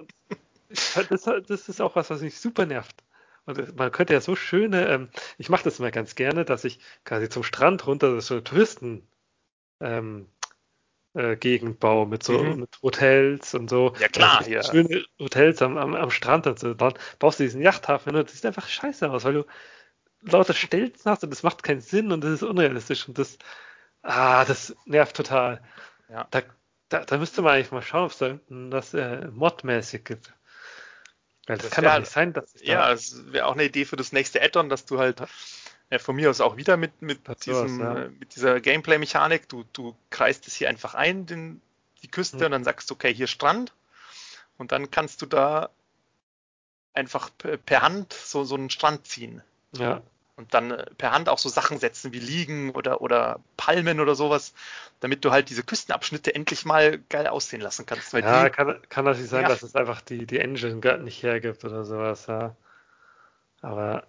Speaker 1: das ist auch was mich super nervt. Und man könnte ja so schöne, ich mache das immer ganz gerne, dass ich quasi zum Strand runter so eine Touristen ähm, Gegend baue mit so
Speaker 2: Mhm.
Speaker 1: mit Hotels und so.
Speaker 2: Ja
Speaker 1: Da
Speaker 2: klar,
Speaker 1: richtig
Speaker 2: hier.
Speaker 1: schöne Hotels am Strand und so. Dann baust du diesen Yachthafen und das sieht einfach scheiße aus, weil du lauter Stelzen hast und das macht keinen Sinn und das ist unrealistisch und das nervt total.
Speaker 2: Ja.
Speaker 1: Da, da müsste man eigentlich mal schauen, ob es da das modmäßig gibt. Weil das
Speaker 2: Das
Speaker 1: kann doch
Speaker 2: wäre
Speaker 1: nicht sein, dass ich da
Speaker 2: ja, es wäre auch eine Idee für das nächste Add-on, dass du halt von mir aus auch wieder
Speaker 1: sowas, ja.
Speaker 2: mit dieser Gameplay-Mechanik, du kreist es hier einfach ein, die
Speaker 1: Hm,
Speaker 2: Küste, und dann sagst du, okay, hier Strand, und dann kannst du da einfach per Hand so einen Strand ziehen.
Speaker 1: ja.
Speaker 2: Und dann per Hand auch so Sachen setzen wie Liegen oder Palmen oder sowas, damit du halt diese Küstenabschnitte endlich mal geil aussehen lassen kannst, weil
Speaker 1: Ja,
Speaker 2: die
Speaker 1: kann natürlich sein, dass
Speaker 2: nerven.
Speaker 1: es einfach die Engine gar nicht hergibt oder sowas, ja. Aber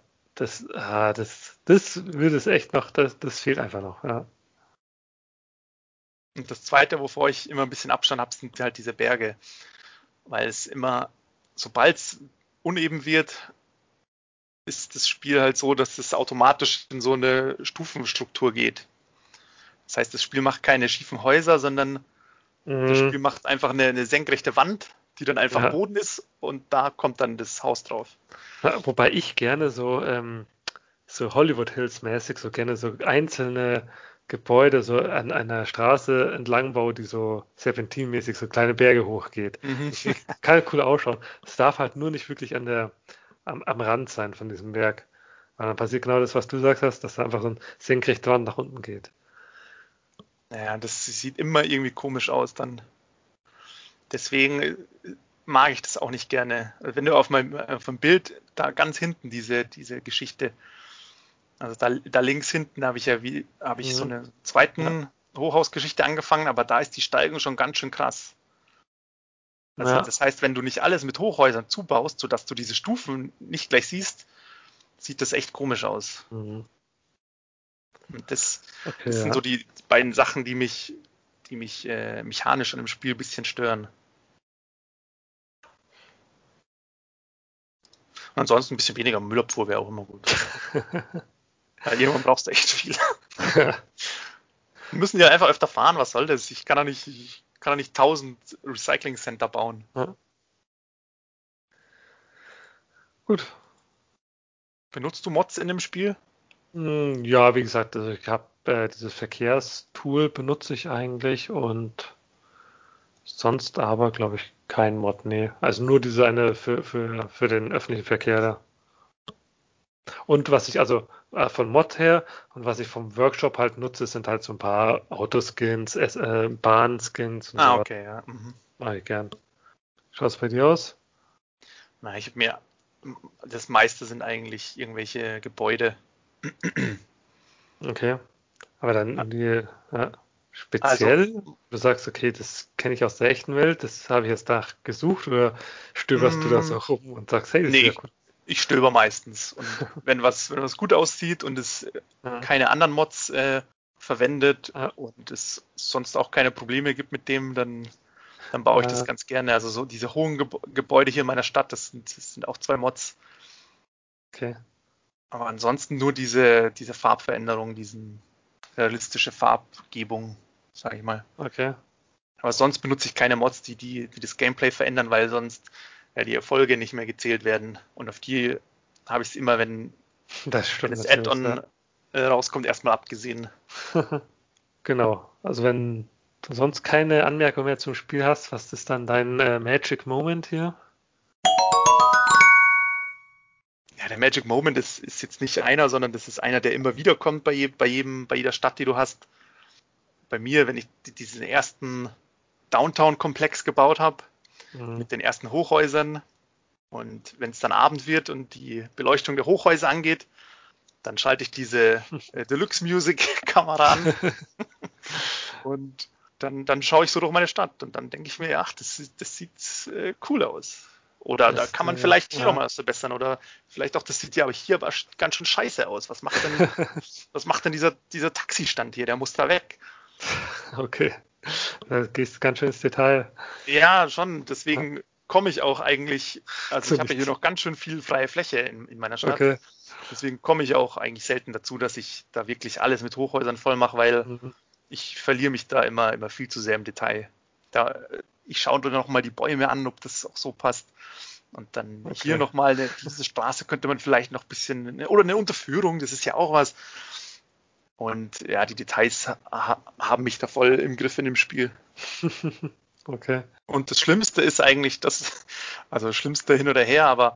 Speaker 1: das würde es echt noch, das fehlt einfach noch, ja.
Speaker 2: Und das Zweite, wovor ich immer ein bisschen Abstand habe, sind halt diese Berge, weil es immer, sobald es uneben wird, ist das Spiel halt so, dass es automatisch in so eine Stufenstruktur geht. Das heißt, das Spiel macht keine schiefen Häuser, sondern das
Speaker 1: Mhm,
Speaker 2: Spiel macht einfach eine senkrechte Wand, die dann einfach
Speaker 1: ja.
Speaker 2: Boden ist, und da kommt dann das Haus drauf.
Speaker 1: Ja, wobei ich gerne so Hollywood Hills mäßig, so gerne so einzelne Gebäude so an einer Straße entlang baue, die so Serpentin-mäßig so kleine Berge hochgeht.
Speaker 2: Mhm.
Speaker 1: Das kann cool ausschauen. Es darf halt nur nicht wirklich am Rand sein von diesem Berg. Weil dann passiert genau das, was du gesagt hast, dass da einfach so ein senkrechte Wand nach unten geht.
Speaker 2: Naja, das sieht immer irgendwie komisch aus dann. deswegen mag ich das auch nicht gerne. Wenn du auf dem Bild da ganz hinten diese Geschichte, also da links hinten habe ich so eine zweiten Hochhausgeschichte angefangen, aber da ist die Steigung schon ganz schön krass. Also
Speaker 1: Ja.
Speaker 2: das heißt, wenn du nicht alles mit Hochhäusern zubaust, sodass du diese Stufen nicht gleich siehst, sieht das echt komisch aus.
Speaker 1: Mhm.
Speaker 2: Und das
Speaker 1: Okay,
Speaker 2: sind
Speaker 1: ja.
Speaker 2: so die beiden Sachen, die mich mechanisch an dem Spiel ein bisschen stören. Und ansonsten ein bisschen weniger Müllabfuhr wäre auch immer gut. Weil irgendwann brauchst du echt viel. Wir müssen ja einfach öfter fahren, was soll das? Ich kann doch nicht 1000 Recycling Center bauen.
Speaker 1: Ja. Gut.
Speaker 2: Benutzt du Mods in dem Spiel?
Speaker 1: Ja, wie gesagt, also ich habe dieses Verkehrstool benutze ich eigentlich und sonst aber, glaube ich, kein Mod, nee. Also nur diese eine für den öffentlichen Verkehr da. Und was ich also von Mod her und was ich vom Workshop halt nutze, sind halt so ein paar Autoskins, Bahnskins und
Speaker 2: Ah,
Speaker 1: sowas.
Speaker 2: okay, ja. Mhm.
Speaker 1: Mache ich gern. Schaut es bei dir aus?
Speaker 2: Na, das meiste sind eigentlich irgendwelche Gebäude.
Speaker 1: Okay. Aber dann irgendwie
Speaker 2: Also,
Speaker 1: speziell, du sagst, okay, das kenne ich aus der echten Welt, das habe ich jetzt da gesucht, oder stöberst du da so
Speaker 2: mh,
Speaker 1: rum und sagst, hey, das ist ja
Speaker 2: nee,
Speaker 1: cool.
Speaker 2: ich stöber meistens. Und wenn was gut aussieht und es
Speaker 1: Ja,
Speaker 2: keine anderen Mods verwendet
Speaker 1: ja,
Speaker 2: und es sonst auch keine Probleme gibt mit dem, dann baue ich das
Speaker 1: ja,
Speaker 2: ganz gerne. Also so diese hohen Gebäude hier in meiner Stadt, das sind auch 2 Mods.
Speaker 1: okay,
Speaker 2: Aber ansonsten nur diese Farbveränderung, diesen realistische Farbgebung, sage ich mal.
Speaker 1: okay.
Speaker 2: Aber sonst benutze ich keine Mods, die das Gameplay verändern, weil sonst die Erfolge nicht mehr gezählt werden. Und auf die habe ich es immer,
Speaker 1: Das
Speaker 2: wenn
Speaker 1: stimmt
Speaker 2: das
Speaker 1: natürlich, ja.
Speaker 2: Add-on rauskommt, erstmal abgesehen.
Speaker 1: Genau. Also wenn du sonst keine Anmerkung mehr zum Spiel hast, was ist dann dein Magic Moment hier?
Speaker 2: Ja, der Magic Moment ist jetzt nicht einer, sondern das ist einer, der immer wieder kommt bei jeder Stadt, die du hast. Bei mir, wenn ich diesen ersten Downtown-Komplex gebaut habe,
Speaker 1: Mhm.
Speaker 2: mit den ersten Hochhäusern, und wenn es dann Abend wird und die Beleuchtung der Hochhäuser angeht, dann schalte ich diese Deluxe Music Kamera an und dann schaue ich so durch meine Stadt und dann denke ich mir, ach, das sieht cool aus. Oder da
Speaker 1: Das,
Speaker 2: kann man vielleicht hier
Speaker 1: ja.
Speaker 2: nochmal was verbessern. Oder vielleicht auch, das sieht ja aber hier aber ganz schön scheiße aus. Was macht denn dieser Taxistand hier? Der muss da weg.
Speaker 1: Okay. Da gehst du ganz schön ins Detail.
Speaker 2: Ja, schon.
Speaker 1: Ja,
Speaker 2: Deswegen komme ich auch eigentlich, also
Speaker 1: zu
Speaker 2: ich habe ja hier
Speaker 1: nichts.
Speaker 2: noch ganz schön viel freie Fläche in meiner Stadt.
Speaker 1: Okay.
Speaker 2: Deswegen komme ich auch eigentlich selten dazu, dass ich da wirklich alles mit Hochhäusern voll mache, weil
Speaker 1: Mhm.
Speaker 2: ich verliere mich da immer viel zu sehr im Detail. Ich schaue dann nochmal die Bäume an, ob das auch so passt. Und dann hier
Speaker 1: Okay.
Speaker 2: nochmal diese Straße könnte man vielleicht noch ein bisschen, oder eine Unterführung, das ist ja auch was. Und ja, die Details haben mich da voll im Griff in dem Spiel.
Speaker 1: Okay.
Speaker 2: Und das Schlimmste ist eigentlich also das Schlimmste hin oder her, aber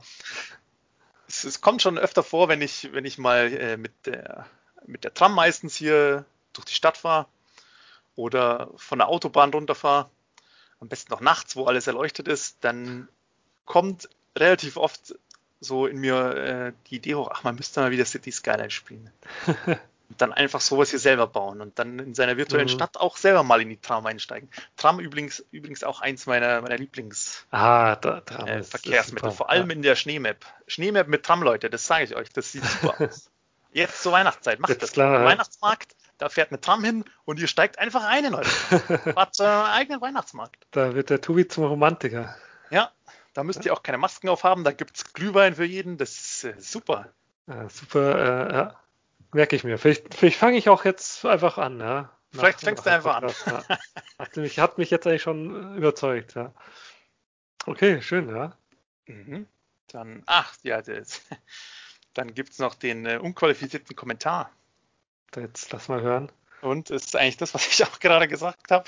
Speaker 2: es kommt schon öfter vor, wenn ich mal mit der Tram meistens hier durch die Stadt fahre oder von der Autobahn runterfahre, am besten noch nachts, wo alles erleuchtet ist, dann kommt relativ oft so in mir die Idee hoch, ach, man müsste mal wieder City Skyline spielen. Und dann einfach sowas hier selber bauen und dann in seiner virtuellen
Speaker 1: Mhm.
Speaker 2: Stadt auch selber mal in die Tram einsteigen. Tram übrigens auch eins meiner Lieblingsverkehrsmittel,
Speaker 1: Dram ist super.
Speaker 2: vor
Speaker 1: Ja.
Speaker 2: allem in der Schneemap. Schneemap mit Tram, Leute, das sage ich euch, das sieht super aus. Jetzt zur Weihnachtszeit, macht
Speaker 1: Jetzt
Speaker 2: das. Am
Speaker 1: klar,
Speaker 2: Weihnachtsmarkt, da fährt eine Tram hin und ihr steigt einfach ein, Leute.
Speaker 1: ja.
Speaker 2: Fahrt zu eurem eigenen Weihnachtsmarkt.
Speaker 1: Da wird der Tobi zum Romantiker.
Speaker 2: Ja, da müsst ihr auch keine Masken aufhaben, da gibt es Glühwein für jeden, das ist super.
Speaker 1: Ja, super, ja. Merke ich mir. Vielleicht fange ich auch jetzt einfach an, ja.
Speaker 2: Vielleicht
Speaker 1: Nach
Speaker 2: fängst du
Speaker 1: dem
Speaker 2: einfach an.
Speaker 1: Podcast, ja. Hat mich jetzt eigentlich schon überzeugt, ja. Okay, schön, ja.
Speaker 2: Mhm. Ja, dann gibt es noch den unqualifizierten Kommentar.
Speaker 1: Jetzt lass mal hören.
Speaker 2: Und es ist eigentlich das, was ich auch gerade gesagt habe.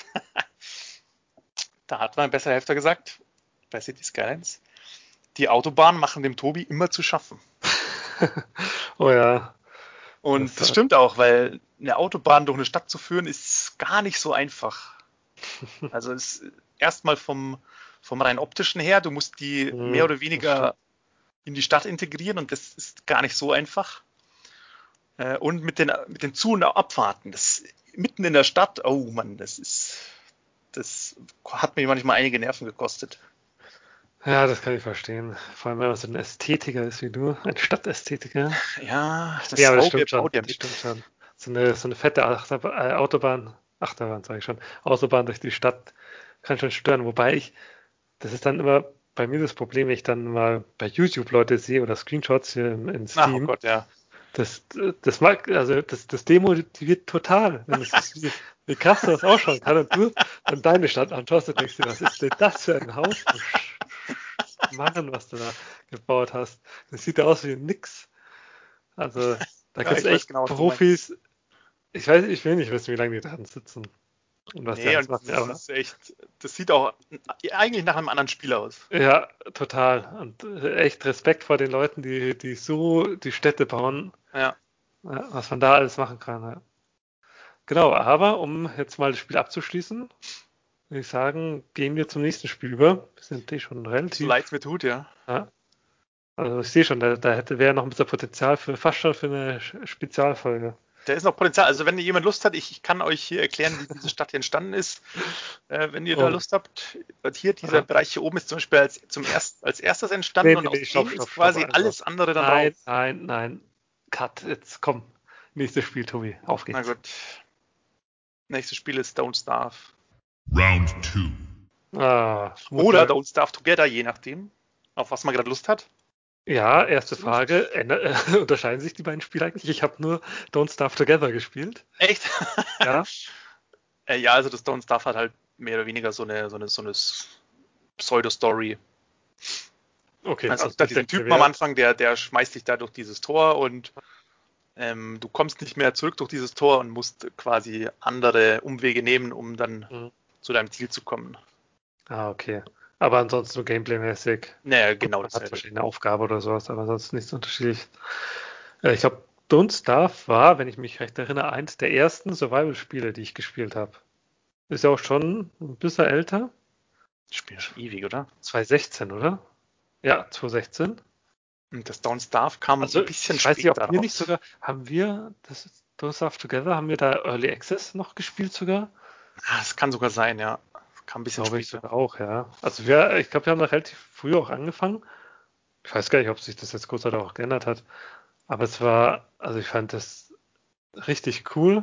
Speaker 2: Da hat mein besser Hälfte gesagt, bei City Skylines, die Autobahnen machen dem Tobi immer zu schaffen.
Speaker 1: Oh ja,
Speaker 2: Und
Speaker 1: das
Speaker 2: das stimmt auch, weil eine Autobahn durch eine Stadt zu führen, ist gar nicht so einfach. Also erstmal vom rein optischen her. Du musst die mehr oder weniger in die Stadt integrieren und das ist gar nicht so einfach. Und mit den Zu- und Abfahrten, das mitten in der Stadt, oh Mann, das hat mir manchmal einige Nerven gekostet.
Speaker 1: Ja, das kann ich verstehen. Vor allem, wenn man so ein Ästhetiker ist wie du, ein Stadtästhetiker.
Speaker 2: Ja,
Speaker 1: Ja,
Speaker 2: das
Speaker 1: aber das
Speaker 2: Auge
Speaker 1: stimmt schon.
Speaker 2: baut ja
Speaker 1: Das
Speaker 2: mit.
Speaker 1: stimmt schon. So eine fette Autobahn sage ich schon, Autobahn durch die Stadt kann schon stören. Das ist dann immer bei mir das Problem, wenn ich dann mal bei YouTube Leute sehe oder Screenshots hier in
Speaker 2: Ach, oh
Speaker 1: Steam.
Speaker 2: Gott, ja.
Speaker 1: Das demotiviert total, wenn du siehst, wie krass das ausschauen kann und du dann deine Stadt anschaust und denkst dir, was ist denn das für ein Haus? Mann, was du da gebaut hast. Das sieht ja aus wie nix. Also, da
Speaker 2: Ja,
Speaker 1: gibt es
Speaker 2: ich weiß
Speaker 1: echt
Speaker 2: genau, was du meinst.
Speaker 1: Profis. Ich will nicht wissen, wie lange die dran sitzen und was die
Speaker 2: Nee,
Speaker 1: alles
Speaker 2: und
Speaker 1: machen,
Speaker 2: das
Speaker 1: aber
Speaker 2: ist echt, das sieht auch eigentlich nach einem anderen Spiel aus.
Speaker 1: ja, total. Und echt Respekt vor den Leuten, die so die Städte bauen,
Speaker 2: Ja.
Speaker 1: ja, was man da alles machen kann. Ja. Genau, aber um jetzt mal das Spiel abzuschließen, würde ich sagen, gehen wir zum nächsten Spiel über. Wir sind schon
Speaker 2: So leid es
Speaker 1: relativ.
Speaker 2: mir tut, ja.
Speaker 1: Ja, also ich sehe schon, wäre noch ein bisschen Potenzial fast schon für eine Spezialfolge.
Speaker 2: Da ist noch Potenzial. Also wenn jemand Lust hat, ich kann euch hier erklären, wie diese Stadt hier entstanden ist. Wenn ihr da
Speaker 1: Oh,
Speaker 2: Lust habt, hier dieser
Speaker 1: ja.
Speaker 2: Bereich hier oben ist zum Beispiel als erstes entstanden
Speaker 1: Nee,
Speaker 2: und
Speaker 1: nee,
Speaker 2: aus
Speaker 1: nee,
Speaker 2: dem
Speaker 1: stopp,
Speaker 2: ist
Speaker 1: stopp.
Speaker 2: quasi
Speaker 1: Also,
Speaker 2: alles andere dann drauf.
Speaker 1: nein. Cut, jetzt komm. Nächstes Spiel, Tobi. Auf
Speaker 2: Na
Speaker 1: geht's.
Speaker 2: gut. Nächstes Spiel ist Don't Starve.
Speaker 3: Round 2.
Speaker 1: Muss
Speaker 2: Oder
Speaker 1: man.
Speaker 2: Don't Starve Together, je nachdem, auf was man gerade Lust hat.
Speaker 1: Ja, erste
Speaker 2: Hast du Lust?
Speaker 1: Frage. Unterscheiden sich die beiden Spiele eigentlich? Ich habe nur Don't Starve Together gespielt.
Speaker 2: Echt?
Speaker 1: Ja,
Speaker 2: Ja, also das Don't Starve hat halt mehr oder weniger so eine Pseudo-Story.
Speaker 1: okay.
Speaker 2: Also es
Speaker 1: Also
Speaker 2: gibt da
Speaker 1: ich
Speaker 2: diesen
Speaker 1: denke,
Speaker 2: Typen am
Speaker 1: wer.
Speaker 2: Anfang, der schmeißt dich da durch dieses Tor und du kommst nicht mehr zurück durch dieses Tor und musst quasi andere Umwege nehmen, um dann
Speaker 1: Hm.
Speaker 2: zu deinem Ziel zu kommen.
Speaker 1: Okay. Aber ansonsten so Gameplay-mäßig.
Speaker 2: Naja,
Speaker 1: Gut,
Speaker 2: genau
Speaker 1: man hat
Speaker 2: dasselbe.
Speaker 1: wahrscheinlich eine Aufgabe oder sowas, aber sonst nichts unterschiedlich. Ich glaube, Don't Starve war, wenn ich mich recht erinnere, eins der ersten Survival-Spiele, die ich gespielt habe. Ist ja auch schon ein bisschen älter.
Speaker 2: Das Spiel ist schon ewig, oder?
Speaker 1: 2016, oder? Ja, 2016.
Speaker 2: Und das Don't Starve kam
Speaker 1: Also
Speaker 2: ein bisschen
Speaker 1: ich weiß nicht, ob
Speaker 2: später
Speaker 1: wir nicht
Speaker 2: raus.
Speaker 1: sogar, haben wir das Don't Starve Together, haben wir da Early Access noch gespielt sogar?
Speaker 2: Das kann sogar sein, ja. Kam ein bisschen
Speaker 1: Glaube ich
Speaker 2: später.
Speaker 1: sogar auch, ja. Also ich glaube, wir haben da relativ früh auch angefangen. Ich weiß gar nicht, ob sich das jetzt kurz oder auch geändert hat. Aber also ich fand das richtig cool.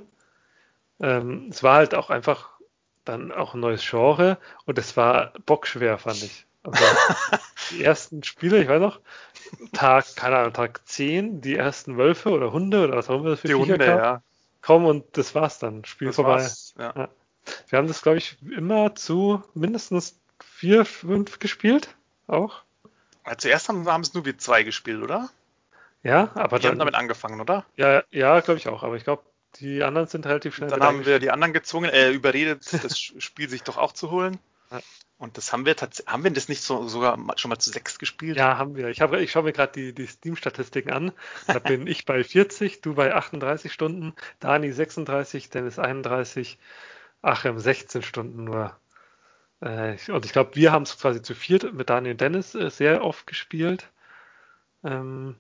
Speaker 1: Es war halt auch einfach dann auch ein neues Genre und es war bockschwer, fand ich. Also die ersten Spiele, ich weiß noch, keine Ahnung, Tag 10, die ersten Wölfe oder Hunde oder was auch immer das für
Speaker 2: Die
Speaker 1: Viecher
Speaker 2: Hunde,
Speaker 1: gab,
Speaker 2: ja.
Speaker 1: kommen und das war's dann. Spiel
Speaker 2: Das
Speaker 1: vorbei.
Speaker 2: war's. Ja.
Speaker 1: Ja. Wir haben das, glaube ich, immer zu mindestens 4, 5 gespielt. Auch.
Speaker 2: Zuerst haben es nur wir zwei gespielt, oder?
Speaker 1: Ja, aber
Speaker 2: Wir haben
Speaker 1: dann,
Speaker 2: damit angefangen, oder?
Speaker 1: ja, glaube ich auch. Aber ich glaube, die anderen sind relativ
Speaker 2: Und
Speaker 1: schnell
Speaker 2: dann
Speaker 1: mit
Speaker 2: haben wir
Speaker 1: eingestiegen.
Speaker 2: die anderen gezwungen, überredet, das Spiel sich doch auch zu holen.
Speaker 1: Ja.
Speaker 2: Und das haben wir das nicht sogar schon mal zu 6 gespielt?
Speaker 1: Ja, haben wir. Ich schaue mir gerade die Steam-Statistiken an. Da bin ich bei 40, du bei 38 Stunden, Dani 36, Dennis 31, Achim 16 Stunden nur. Und ich glaube, wir haben es quasi zu viert mit Dani und Dennis sehr oft gespielt. Ähm,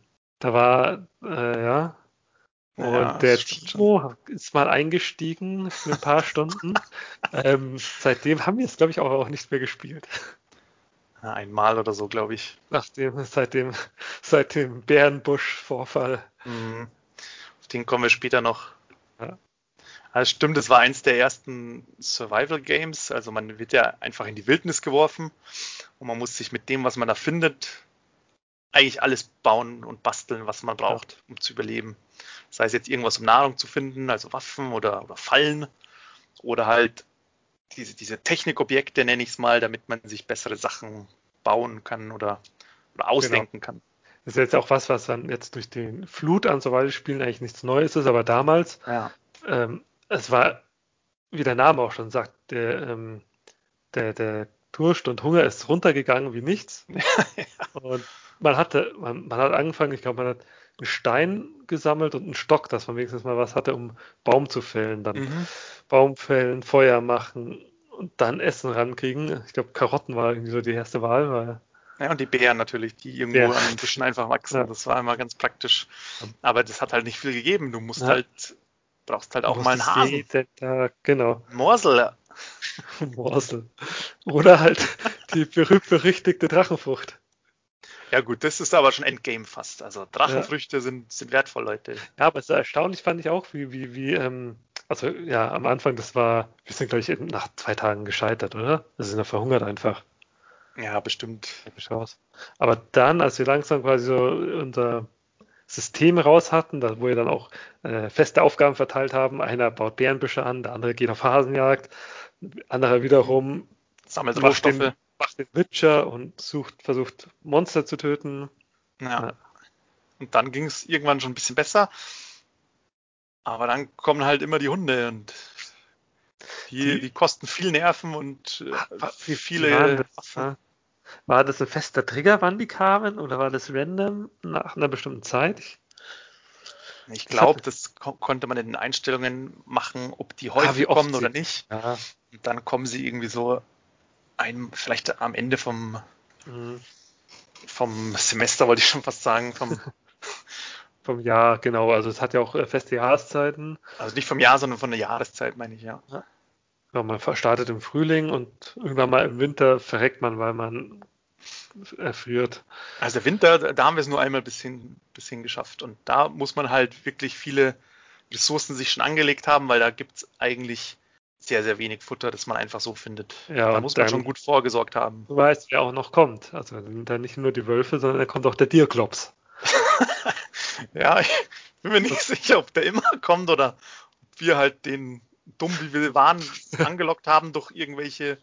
Speaker 1: ja.
Speaker 2: Ja,
Speaker 1: Und
Speaker 2: das
Speaker 1: der
Speaker 2: stimmt schon.
Speaker 1: Timo ist mal eingestiegen für ein paar Stunden. Seitdem haben wir es, glaube ich, auch nicht mehr gespielt.
Speaker 2: Ja, einmal oder so, glaube ich.
Speaker 1: Seit dem Bärenbusch-Vorfall.
Speaker 2: Mhm. Auf den kommen wir später noch.
Speaker 1: Ja,
Speaker 2: Also stimmt, es war eins der ersten Survival Games. Also man wird ja einfach in die Wildnis geworfen und man muss sich mit dem, was man da findet, eigentlich alles bauen und basteln, was man
Speaker 1: ja,
Speaker 2: braucht, um zu überleben. Sei es jetzt irgendwas, um Nahrung zu finden, also Waffen oder Fallen oder halt diese Technikobjekte, nenne ich es mal, damit man sich bessere Sachen bauen kann oder
Speaker 1: genau.
Speaker 2: ausdenken kann.
Speaker 1: Das ist jetzt auch was dann jetzt durch den Flut an Survival-Spielen eigentlich nichts Neues ist, aber damals,
Speaker 2: Ja.
Speaker 1: es war, wie der Name auch schon sagt, der Durst und Hunger ist runtergegangen wie nichts. Und man hat angefangen, ich glaube, man hat einen Stein gesammelt und einen Stock, dass man wenigstens mal was hatte, um Baum zu fällen. Dann
Speaker 2: Mhm.
Speaker 1: Baum fällen, Feuer machen und dann Essen rankriegen. Ich glaube, Karotten war irgendwie so die erste Wahl, weil
Speaker 2: Ja, und die Beeren natürlich, die irgendwo
Speaker 1: ja,
Speaker 2: an den Büschen einfach wachsen.
Speaker 1: ja,
Speaker 2: Das war immer ganz praktisch. Aber das hat halt nicht viel gegeben.
Speaker 1: ja,
Speaker 2: Brauchst halt
Speaker 1: du
Speaker 2: auch mal einen
Speaker 1: musstest
Speaker 2: Hasen.
Speaker 1: jeden Tag, genau,
Speaker 2: Morsel.
Speaker 1: Morsel. Oder halt die berühmt-berüchtigte Drachenfrucht.
Speaker 2: Ja gut, das ist aber schon Endgame fast. Also
Speaker 1: Ja.
Speaker 2: Drachenfrüchte sind wertvoll, Leute.
Speaker 1: Ja, aber es ist erstaunlich fand ich auch, also ja, am Anfang, wir sind, glaube ich, nach 2 Tagen gescheitert, oder? Wir sind ja verhungert einfach.
Speaker 2: Ja, bestimmt.
Speaker 1: Komisch aus. Aber dann, als wir langsam quasi so unser System raus hatten, wo wir dann auch feste Aufgaben verteilt haben, einer baut Bärenbüsche an, der andere geht auf Hasenjagd, anderer wiederum
Speaker 2: Sammelt
Speaker 1: macht
Speaker 2: Rohstoffe.
Speaker 1: macht den Witcher und versucht Monster zu töten.
Speaker 2: Ja.
Speaker 1: Ja,
Speaker 2: Und dann ging es irgendwann schon ein bisschen besser. Aber dann kommen halt immer die Hunde und die
Speaker 1: die,
Speaker 2: kosten viel Nerven und
Speaker 1: wie waren
Speaker 2: viele
Speaker 1: das?
Speaker 2: Waffen.
Speaker 1: Ja? War das ein fester Trigger, wann die kamen, oder war das random nach einer bestimmten Zeit?
Speaker 2: Ich
Speaker 1: Das hatte,
Speaker 2: glaube, das konnte man in den Einstellungen machen, ob die häufig
Speaker 1: wie oft
Speaker 2: kommen
Speaker 1: sie.
Speaker 2: oder nicht.
Speaker 1: Ja,
Speaker 2: Und dann kommen sie irgendwie so vielleicht am Ende
Speaker 1: mhm.
Speaker 2: vom Semester, wollte ich schon fast sagen,
Speaker 1: Vom Jahr, genau. Also es hat ja auch feste Jahreszeiten.
Speaker 2: also nicht vom Jahr, sondern von der Jahreszeit, meine ich, ja.
Speaker 1: Ja. Ja, man startet im Frühling und irgendwann mal im Winter verreckt man, weil man erfriert.
Speaker 2: Also der Winter, da haben wir es nur einmal bis hin geschafft. Und da muss man halt wirklich viele Ressourcen sich schon angelegt haben, weil da gibt es eigentlich sehr, sehr wenig Futter, das man einfach so findet.
Speaker 1: Ja,
Speaker 2: Da
Speaker 1: und
Speaker 2: muss man schon
Speaker 1: dann,
Speaker 2: gut vorgesorgt haben.
Speaker 1: du weißt, wer auch noch kommt. Also dann nicht nur die Wölfe, sondern dann kommt auch der Dierklops.
Speaker 2: Ja, ich bin mir nicht sicher, ob der immer kommt oder ob wir halt den dumm, wie wir waren, angelockt haben durch irgendwelche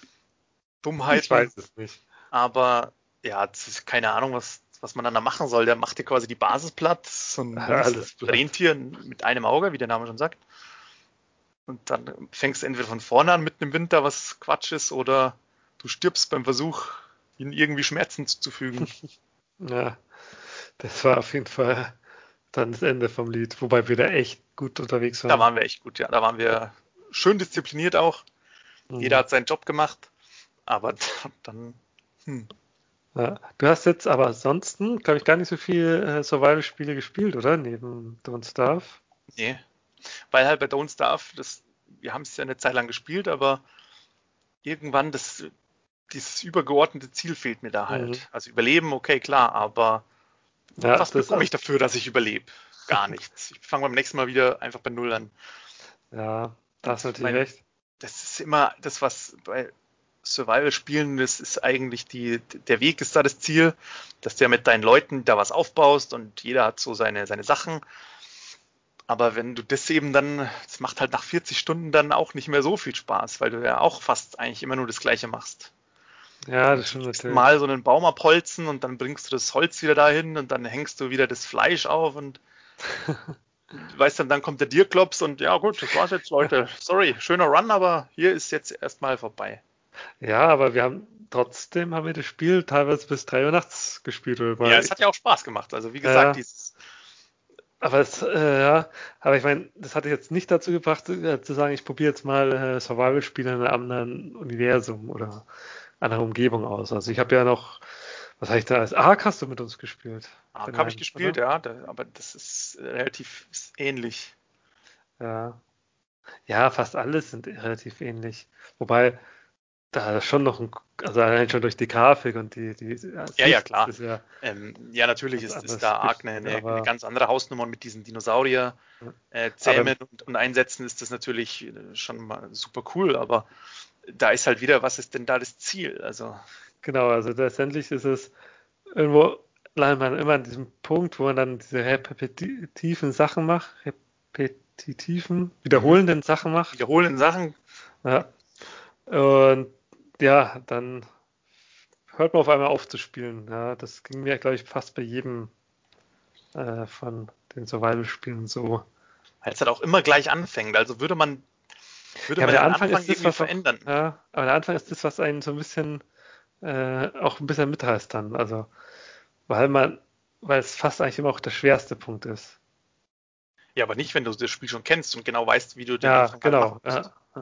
Speaker 1: Ich
Speaker 2: Dummheiten.
Speaker 1: weiß es nicht.
Speaker 2: Aber ja, das ist keine Ahnung, was man dann da machen soll. Der macht dir quasi die Basis platt. So ein
Speaker 1: Alles platt.
Speaker 2: Rentier mit einem Auge, wie der Name schon sagt. Und dann fängst du entweder von vorne an mitten im Winter, was Quatsch ist, oder du stirbst beim Versuch, ihnen irgendwie Schmerzen zuzufügen.
Speaker 1: Ja, das war auf jeden Fall dann das Ende vom Lied, wobei wir da echt gut unterwegs
Speaker 2: Da
Speaker 1: waren.
Speaker 2: waren wir echt gut, ja. Da waren wir schön diszipliniert auch. Jeder
Speaker 1: Mhm.
Speaker 2: hat seinen Job gemacht. Aber dann, hm,
Speaker 1: Ja. Du hast jetzt aber ansonsten, glaube ich, gar nicht so viel Survival-Spiele gespielt, oder? Neben Don't Starve.
Speaker 2: nee. Weil halt bei Don't Starve, wir haben es ja eine Zeit lang gespielt, aber irgendwann dieses übergeordnete Ziel fehlt mir da
Speaker 1: Mhm.
Speaker 2: halt. Also Überleben, okay, klar, aber
Speaker 1: Ja,
Speaker 2: was bekomme ich dafür, dass ich überlebe? Gar nichts. Ich fange beim nächsten Mal wieder einfach bei Null an.
Speaker 1: ja, da hast du
Speaker 2: Und
Speaker 1: natürlich recht.
Speaker 2: das ist immer das, was bei Survival-Spielen, das ist eigentlich der Weg ist da das Ziel, dass du ja mit deinen Leuten da was aufbaust und jeder hat so seine Sachen. Aber wenn du das eben dann, das macht halt nach 40 Stunden dann auch nicht mehr so viel Spaß, weil du ja auch fast eigentlich immer nur das Gleiche machst.
Speaker 1: Ja,
Speaker 2: Zum
Speaker 1: das stimmt
Speaker 2: x
Speaker 1: natürlich.
Speaker 2: Mal so einen Baum abholzen und dann bringst du das Holz wieder dahin und dann hängst du wieder das Fleisch auf und weißt dann kommt der Dierklops und ja gut, das war's jetzt, Leute. Sorry, schöner Run, aber hier ist jetzt erstmal vorbei.
Speaker 1: Ja, aber trotzdem haben wir das Spiel teilweise bis 3 Uhr nachts gespielt, oder
Speaker 2: Ja,
Speaker 1: mal.
Speaker 2: es hat ja auch Spaß gemacht. Also wie gesagt,
Speaker 1: Ja, ja, aber ich meine, das hatte ich jetzt nicht dazu gebracht, zu sagen, ich probiere jetzt mal Survival-Spiele in einem anderen Universum oder einer Umgebung aus. Also ich habe ja noch, was habe ich da als Ark hast du mit uns gespielt?
Speaker 2: Ark
Speaker 1: Den
Speaker 2: habe ich
Speaker 1: einen,
Speaker 2: gespielt,
Speaker 1: oder?
Speaker 2: ja, aber das ist relativ ähnlich.
Speaker 1: Ja. Ja, fast alles sind relativ ähnlich. Wobei da schon noch also allein schon durch die Grafik und die
Speaker 2: Ja, ja,
Speaker 1: Sicht
Speaker 2: klar.
Speaker 1: ist ja
Speaker 2: Ja, natürlich
Speaker 1: ganz
Speaker 2: ist
Speaker 1: anderes
Speaker 2: da Ark eine,
Speaker 1: Gefühl,
Speaker 2: eine ganz andere Hausnummer mit diesen Dinosaurier
Speaker 1: aber
Speaker 2: zähmen und einsetzen ist das natürlich schon mal super cool, aber da ist halt wieder, was ist denn da das Ziel? Also,
Speaker 1: genau, also letztendlich ist es irgendwo landet man immer an diesem Punkt, wo man dann diese repetitiven Sachen macht, wiederholenden Sachen macht.
Speaker 2: wiederholen Sachen.
Speaker 1: Ja. Und ja, dann hört man auf einmal auf zu spielen. Ja, das ging mir, glaube ich, fast bei jedem von den Survival-Spielen so.
Speaker 2: Weil es halt auch immer gleich anfängt. Also würde
Speaker 1: Ja, aber
Speaker 2: man
Speaker 1: der
Speaker 2: den
Speaker 1: Anfang
Speaker 2: Anfang
Speaker 1: ist das,
Speaker 2: irgendwie
Speaker 1: was auch,
Speaker 2: verändern.
Speaker 1: ja, aber der Anfang ist das, was einen so ein bisschen auch ein bisschen mitreißt dann. Also, weil man, weil es fast eigentlich immer auch der schwerste Punkt ist.
Speaker 2: Ja, aber nicht, wenn du das Spiel schon kennst und genau weißt, wie du den
Speaker 1: Ja,
Speaker 2: Anfang halt machen
Speaker 1: genau.
Speaker 2: musst.
Speaker 1: Ja.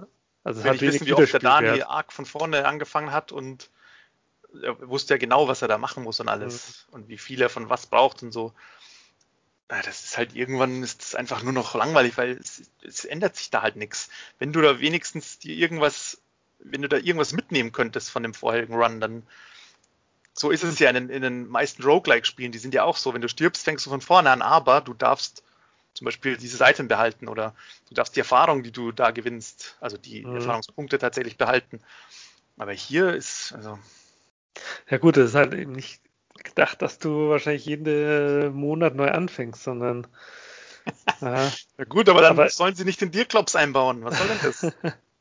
Speaker 1: Also es
Speaker 2: will
Speaker 1: hat
Speaker 2: nicht
Speaker 1: wenig
Speaker 2: wissen, wie oft der Dani
Speaker 1: Wiederspielwert.
Speaker 2: arg von vorne angefangen hat und er wusste ja genau, was er da machen muss und
Speaker 1: Mhm.
Speaker 2: alles und wie viel er von was braucht und so. Ja, das ist halt irgendwann ist es einfach nur noch langweilig, weil es ändert sich da halt nichts. Wenn du da wenigstens wenn du da irgendwas mitnehmen könntest von dem vorherigen Run, dann so ist es ja in den meisten Roguelike-Spielen, die sind ja auch so, wenn du stirbst, fängst du von vorne an, aber du darfst zum Beispiel dieses Item behalten oder du darfst die Erfahrung, die du da gewinnst, also die
Speaker 1: Mhm.
Speaker 2: Erfahrungspunkte tatsächlich behalten. Aber hier ist, also,
Speaker 1: Ja gut, es ist halt eben nicht gedacht, dass du wahrscheinlich jeden Monat neu anfängst, sondern ja,
Speaker 2: ja gut, aber dann
Speaker 1: aber
Speaker 2: sollen sie nicht den Dir-Klops einbauen. Was soll denn das?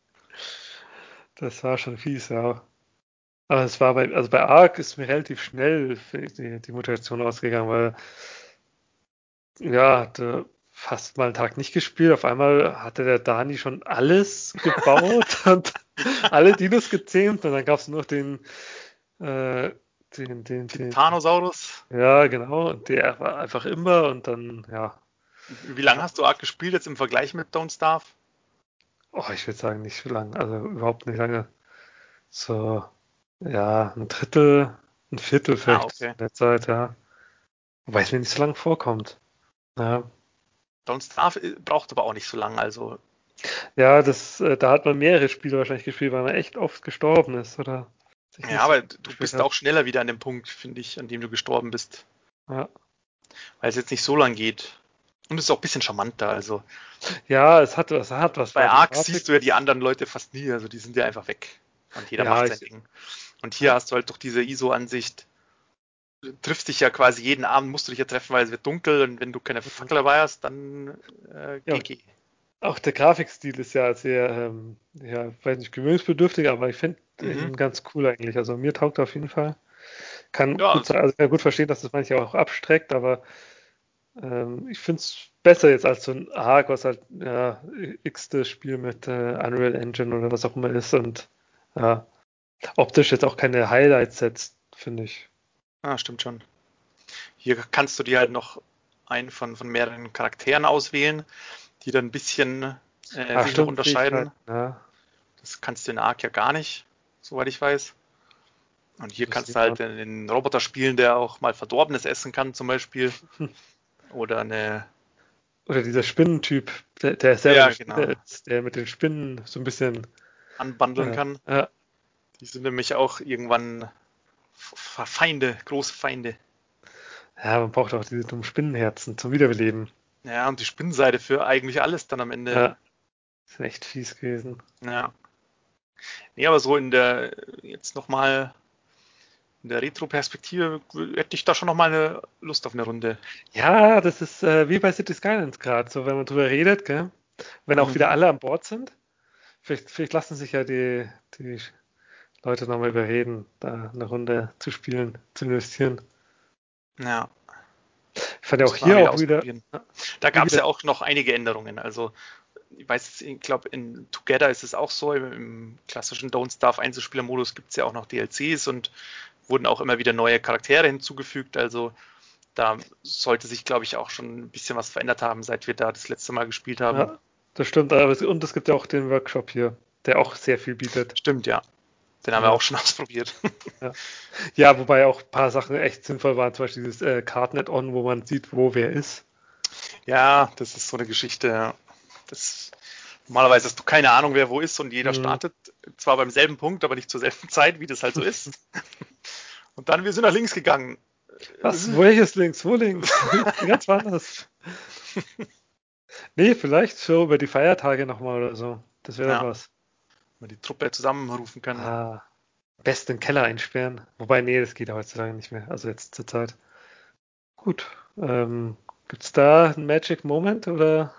Speaker 1: das war schon fies, ja. Aber es war also bei Ark ist mir relativ schnell finde ich, die Motivation ausgegangen, weil ja, hatte fast mal einen Tag nicht gespielt. Auf einmal hatte der Dani schon alles gebaut und alle Dinos gezähmt und dann gab es nur noch äh, den,
Speaker 2: Titanosaurus.
Speaker 1: ja, genau, und der war einfach immer und dann, ja,
Speaker 2: Wie lange hast du Ark gespielt jetzt im Vergleich mit Don't Starve?
Speaker 1: oh, ich würde sagen, nicht so lange, also überhaupt nicht lange. So, ja, ein Drittel, ein Viertel
Speaker 2: Ah,
Speaker 1: vielleicht
Speaker 2: okay.
Speaker 1: in der Zeit, ja. Wobei es mir nicht so lange vorkommt. Ja,
Speaker 2: Don't Starve braucht aber auch nicht so lange, also.
Speaker 1: ja da hat man mehrere Spiele wahrscheinlich gespielt, weil man echt oft gestorben ist oder sich
Speaker 2: Ja,
Speaker 1: nicht so
Speaker 2: aber du
Speaker 1: gespielt
Speaker 2: bist
Speaker 1: hat.
Speaker 2: auch schneller wieder an dem Punkt, finde ich, an dem du gestorben bist,
Speaker 1: Ja,
Speaker 2: weil es jetzt nicht so lang geht. Und es ist auch ein bisschen charmanter. Also
Speaker 1: ja es hat was,
Speaker 2: bei
Speaker 1: weil die
Speaker 2: Ark
Speaker 1: Grafik,
Speaker 2: siehst du ja die anderen Leute fast nie, also die sind ja einfach weg. Und jeder
Speaker 1: ja,
Speaker 2: macht sein Ding. Und hier
Speaker 1: ja,
Speaker 2: hast du halt durch diese ISO-Ansicht, du triffst dich ja quasi jeden Abend, musst du dich ja treffen, weil es wird dunkel und wenn du keine
Speaker 1: mhm.
Speaker 2: Fackel dabei hast, dann
Speaker 1: Ja,
Speaker 2: GG.
Speaker 1: auch der Grafikstil ist ja sehr, ja, weiß nicht, gewöhnungsbedürftig, aber ich finde
Speaker 2: Mhm.
Speaker 1: ihn ganz cool eigentlich. Also mir taugt er auf jeden Fall.
Speaker 2: Ja, also,
Speaker 1: Also kann gut verstehen, dass das manche auch abstreckt, aber ich finde es besser jetzt als so ein Ark, was halt ja, x-te Spiel mit Unreal Engine oder was auch immer ist und ja, optisch jetzt auch keine Highlights setzt, finde ich.
Speaker 2: stimmt schon. Hier kannst du dir halt noch einen von mehreren Charakteren auswählen, die dann ein bisschen sich noch
Speaker 1: Stimmt, Fähigkeiten,
Speaker 2: unterscheiden.
Speaker 1: ja,
Speaker 2: Das kannst du in Ark ja gar nicht, soweit ich weiß. Und hier
Speaker 1: wüsste
Speaker 2: kannst
Speaker 1: ich
Speaker 2: du
Speaker 1: auch
Speaker 2: halt den Roboter spielen, der auch mal Verdorbenes essen kann, zum Beispiel.
Speaker 1: nicht.
Speaker 2: Oder eine.
Speaker 1: Oder dieser Spinnentyp, der selber
Speaker 2: Ja,
Speaker 1: eine Spinne
Speaker 2: genau.
Speaker 1: ist, der mit den Spinnen so ein bisschen,
Speaker 2: Anbandeln kann.
Speaker 1: ja,
Speaker 2: Die sind nämlich auch irgendwann Feinde, große Feinde.
Speaker 1: ja, man braucht auch diese dummen Spinnenherzen zum Wiederbeleben.
Speaker 2: Ja, und die Spinnenseite für eigentlich alles dann am Ende.
Speaker 1: Ja, ist echt fies gewesen.
Speaker 2: Ja. Nee, aber so jetzt nochmal in der Retro-Perspektive hätte ich da schon nochmal eine Lust auf eine Runde.
Speaker 1: Ja, das ist wie bei City Skylines gerade, so wenn man drüber redet, gell? Wenn auch wieder
Speaker 2: Mhm.
Speaker 1: alle an Bord sind. Vielleicht lassen sich ja die Leute nochmal überreden, da eine Runde zu spielen, zu investieren.
Speaker 2: Ja,
Speaker 1: Ich fand ja auch
Speaker 2: müsste man mal
Speaker 1: hier
Speaker 2: wieder
Speaker 1: auch wieder,
Speaker 2: ausprobieren. Da
Speaker 1: hier
Speaker 2: gab es
Speaker 1: wieder,
Speaker 2: ja auch noch einige Änderungen. Also ich weiß, ich glaube, in Together ist es auch so, im klassischen Don't Starve Einzelspielermodus gibt es ja auch noch DLCs und wurden auch immer wieder neue Charaktere hinzugefügt. Also da sollte sich, glaube ich, auch schon ein bisschen was verändert haben, seit wir da das letzte Mal gespielt haben.
Speaker 1: ja, das stimmt, aber und es gibt ja auch den Workshop hier, der auch sehr viel bietet.
Speaker 2: Stimmt, ja. Den haben wir
Speaker 1: Ja,
Speaker 2: auch schon ausprobiert.
Speaker 1: ja. Ja, wobei auch ein paar Sachen echt sinnvoll waren, zum Beispiel dieses Cardnet-On, wo man sieht, wo wer ist.
Speaker 2: Ja, das ist so eine Geschichte. Ja. Normalerweise hast du keine Ahnung, wer wo ist und jeder
Speaker 1: Hm,
Speaker 2: startet zwar beim selben Punkt, aber nicht zur selben Zeit, wie das halt so ist. Und dann, wir sind nach links gegangen.
Speaker 1: was? Welches links? Wo links? Ich bin ganz woanders. Nee, vielleicht so über die Feiertage nochmal oder so. Das wäre doch
Speaker 2: Ja,
Speaker 1: was.
Speaker 2: man die Truppe zusammenrufen kann.
Speaker 1: Ah, best in den Keller einsperren. Wobei, nee, das geht ja heutzutage nicht mehr. Also jetzt zur Zeit. Gut. Gibt's da einen Magic Moment oder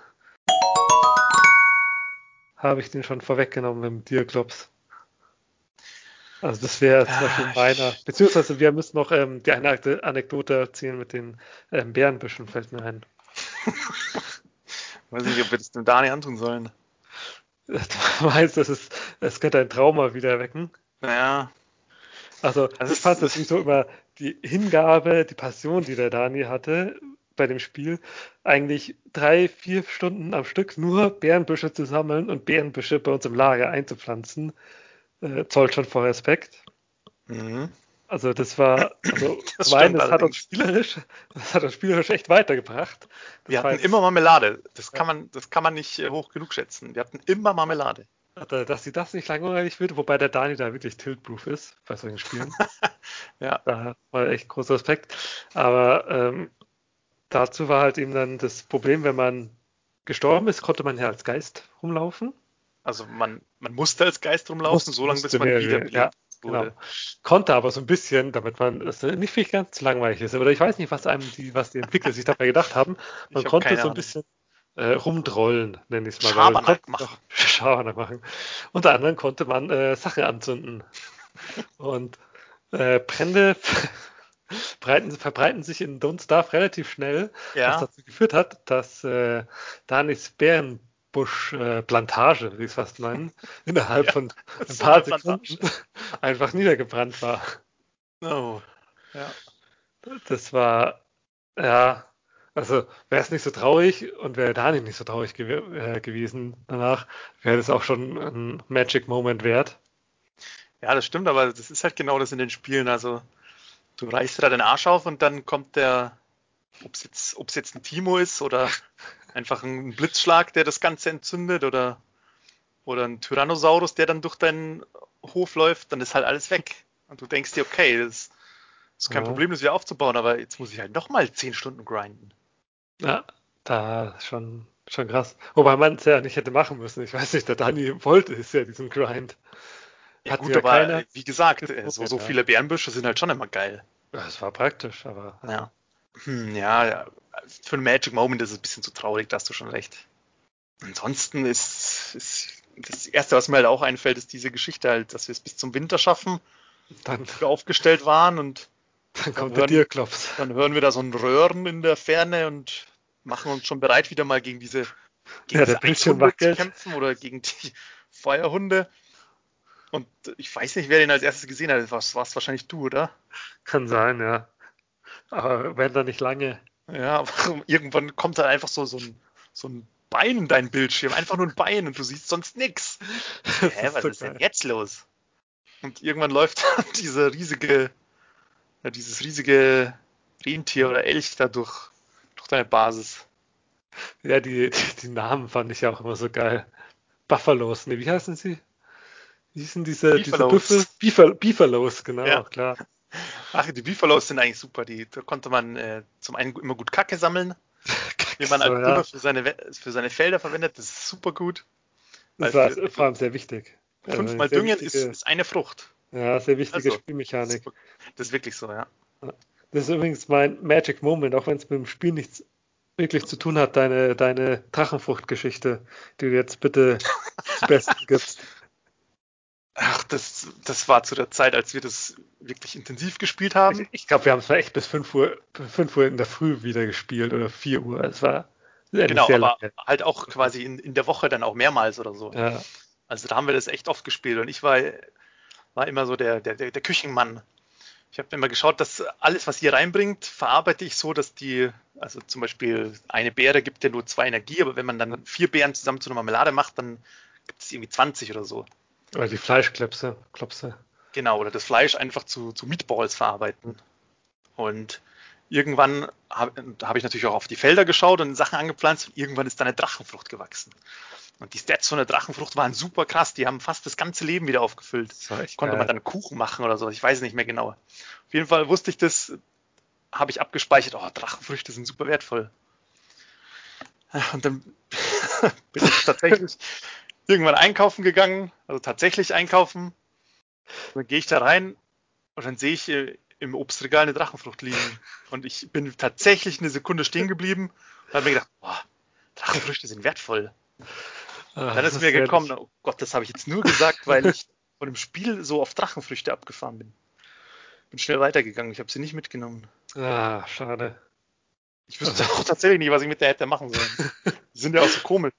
Speaker 1: habe ich den schon vorweggenommen mit dem Dirklops? Also das wäre zum Beispiel meiner.
Speaker 2: Ich
Speaker 1: Beziehungsweise wir müssen noch die eine Anekdote erzählen mit den Bärenbüschen, fällt mir ein.
Speaker 2: weiß nicht, ob wir das dem Dani antun sollen.
Speaker 1: Du meinst, es könnte ein Trauma wieder wecken.
Speaker 2: Naja,
Speaker 1: Also
Speaker 2: das
Speaker 1: ich fand
Speaker 2: ist,
Speaker 1: das sowieso immer die Hingabe, die Passion, die der Dani hatte, bei dem Spiel, eigentlich 3-4 Stunden am Stück nur Beerenbüsche zu sammeln und Beerenbüsche bei uns im Lager einzupflanzen. Zollt schon vor Respekt.
Speaker 2: Mhm.
Speaker 1: Also das war, also
Speaker 2: Das
Speaker 1: zum einen,
Speaker 2: stimmt allerdings.
Speaker 1: das hat uns spielerisch echt weitergebracht.
Speaker 2: Wir
Speaker 1: Das war
Speaker 2: hatten immer
Speaker 1: jetzt,
Speaker 2: Marmelade. Das kann man nicht hoch genug schätzen. Wir hatten immer Marmelade.
Speaker 1: dass sie das nicht langweilig wird, wobei der Dani da wirklich tiltproof ist bei solchen Spielen.
Speaker 2: Ja,
Speaker 1: Da war echt großer Respekt. Aber dazu war halt eben dann das Problem, wenn man gestorben ist, konnte man ja als Geist rumlaufen.
Speaker 2: also man musste als Geist rumlaufen, solange bis
Speaker 1: Musste
Speaker 2: man
Speaker 1: mehrere, ja,
Speaker 2: wiederbelebt
Speaker 1: genau.
Speaker 2: wurde.
Speaker 1: Konnte aber so ein bisschen, damit man es nicht viel ganz langweilig ist. Oder ich weiß nicht, was die Entwickler sich dabei gedacht haben. Man
Speaker 2: Ich habe
Speaker 1: konnte
Speaker 2: keine
Speaker 1: so ein
Speaker 2: Ahnung.
Speaker 1: bisschen rumdrollen, nenne ich es mal. Aber man konnte
Speaker 2: Schabernack machen.
Speaker 1: auch Schabernack machen. Unter anderem konnte man Sachen anzünden. Und Brände verbreiten sich in Don't Starve relativ schnell, was
Speaker 2: Ja,
Speaker 1: dazu geführt hat, dass Danis Bärenbusch-Plantage, wie sie es fast nennen, innerhalb
Speaker 2: ja,
Speaker 1: von ein
Speaker 2: so eine
Speaker 1: paar Sekunden
Speaker 2: Plantage.
Speaker 1: einfach niedergebrannt war.
Speaker 2: Oh, ja.
Speaker 1: Das war, ja, also wäre es nicht so traurig und wäre Dani nicht so traurig gewesen danach, wäre das auch schon ein Magic Moment wert.
Speaker 2: Ja, das stimmt, aber das ist halt genau das in den Spielen. Also du reißt dir da den Arsch auf und dann kommt ob es jetzt ein Timo ist oder einfach ein Blitzschlag, der das Ganze entzündet oder ein Tyrannosaurus, der dann durch deinen Hof läuft, dann ist halt alles weg. Und du denkst dir, okay, das ist kein
Speaker 1: Ja,
Speaker 2: Problem, das wieder aufzubauen, aber jetzt muss ich halt nochmal 10 Stunden grinden.
Speaker 1: ja, da schon krass. Wobei man es ja nicht hätte machen müssen. Ich weiß nicht, der Dani wollte es ja, diesen Grind.
Speaker 2: Ja
Speaker 1: Hat
Speaker 2: gut,
Speaker 1: ja
Speaker 2: aber
Speaker 1: keiner
Speaker 2: wie gesagt,
Speaker 1: gezwungen,
Speaker 2: so
Speaker 1: ja.
Speaker 2: viele Bärenbüsche sind halt schon immer geil.
Speaker 1: Ja, es war praktisch, aber
Speaker 2: Ja. Ja, für einen Magic Moment ist es ein bisschen zu traurig, da hast du schon recht. Ansonsten ist das Erste, was mir halt auch einfällt, ist diese Geschichte halt, dass wir es bis zum Winter schaffen,
Speaker 1: dann,
Speaker 2: gut aufgestellt waren und
Speaker 1: dann
Speaker 2: dann
Speaker 1: kommt der
Speaker 2: hören,
Speaker 1: Dirklops.
Speaker 2: dann hören wir da so ein Röhren in der Ferne und machen uns schon bereit, wieder mal gegen
Speaker 1: Ja, der
Speaker 2: diese
Speaker 1: Bildschirm
Speaker 2: Eishunde zu
Speaker 1: wackelt.
Speaker 2: kämpfen oder gegen die Feuerhunde. Und ich weiß nicht, wer den als erstes gesehen hat. War's wahrscheinlich du, oder?
Speaker 1: Kann sein, ja. Aber wenn da nicht lange.
Speaker 2: Ja, aber irgendwann kommt da einfach so ein Bein in deinen Bildschirm. Einfach nur ein Bein und du siehst sonst nichts.
Speaker 1: Das
Speaker 2: Hä,
Speaker 1: ist
Speaker 2: was
Speaker 1: so
Speaker 2: ist denn
Speaker 1: geil.
Speaker 2: jetzt los? Und irgendwann läuft dieses riesige Rentier oder Elch da durch deine Basis.
Speaker 1: Ja, die Namen fand ich ja auch immer so geil. Buffalos, ne, wie heißen sie? Wie hießen diese Büffel?
Speaker 2: Beefalows.
Speaker 1: Beefalos, genau,
Speaker 2: Ja.
Speaker 1: klar.
Speaker 2: Ach, die Beefalows sind eigentlich super. Da konnte man zum einen immer gut Kacke sammeln, den man
Speaker 1: So,
Speaker 2: als Dünger
Speaker 1: ja.
Speaker 2: für seine Felder verwendet. Das ist super gut, weil
Speaker 1: Das war
Speaker 2: für
Speaker 1: vor allem sehr wichtig. Also eine
Speaker 2: 5-mal
Speaker 1: sehr
Speaker 2: Düngen ist,
Speaker 1: wichtige,
Speaker 2: ist eine Frucht.
Speaker 1: ja, sehr wichtige
Speaker 2: Also,
Speaker 1: Spielmechanik.
Speaker 2: super. Das ist wirklich so, ja.
Speaker 1: Ja. Das ist übrigens mein Magic Moment, auch wenn es mit dem Spiel nichts wirklich zu tun hat, deine Drachenfruchtgeschichte, die du jetzt bitte zu Besten gibst.
Speaker 2: Ach, das war zu der Zeit, als wir das wirklich intensiv gespielt
Speaker 1: Ich,
Speaker 2: haben.
Speaker 1: ich glaube, wir haben es mal echt bis 5 Uhr in der Früh wieder gespielt oder 4 Uhr. Es war nicht
Speaker 2: Genau,
Speaker 1: sehr
Speaker 2: aber
Speaker 1: lange.
Speaker 2: halt auch quasi in der Woche dann auch mehrmals oder so.
Speaker 1: Ja,
Speaker 2: Also da haben wir das echt oft gespielt und ich war immer so der Küchenmann. Ich habe immer geschaut, dass alles, was ihr reinbringt, verarbeite ich so, also zum Beispiel eine Beere gibt ja nur 2 Energie, aber wenn man dann 4 Beeren zusammen zu einer Marmelade macht, dann gibt es irgendwie 20 oder so.
Speaker 1: oder die Klopse.
Speaker 2: Genau, oder das Fleisch einfach zu Meatballs verarbeiten. Und irgendwann hab ich natürlich auch auf die Felder geschaut und Sachen angepflanzt und irgendwann ist da eine Drachenfrucht gewachsen. Und die Stats von der Drachenfrucht waren super krass, die haben fast das ganze Leben wieder aufgefüllt.
Speaker 1: Das war echt
Speaker 2: Konnte man
Speaker 1: geil.
Speaker 2: dann Kuchen machen oder so, ich weiß es nicht mehr genau. Auf jeden Fall wusste ich das, habe ich abgespeichert, oh, Drachenfrüchte sind super wertvoll. Und dann bin ich tatsächlich irgendwann einkaufen gegangen, also tatsächlich einkaufen. Und dann gehe ich da rein und dann sehe ich im Obstregal eine Drachenfrucht liegen. Und ich bin tatsächlich eine Sekunde stehen geblieben und habe mir gedacht, boah, Drachenfrüchte sind wertvoll. Und
Speaker 1: Ah,
Speaker 2: dann
Speaker 1: das
Speaker 2: ist mir
Speaker 1: ist
Speaker 2: gekommen,
Speaker 1: herrlich.
Speaker 2: oh Gott, das habe ich jetzt nur gesagt, weil ich von dem Spiel so auf Drachenfrüchte abgefahren bin. Bin schnell weitergegangen, ich habe sie nicht mitgenommen.
Speaker 1: Ah, schade.
Speaker 2: Ich wüsste
Speaker 1: Also,
Speaker 2: auch tatsächlich nicht, was ich mit der hätte machen sollen. Die sind ja auch so komisch.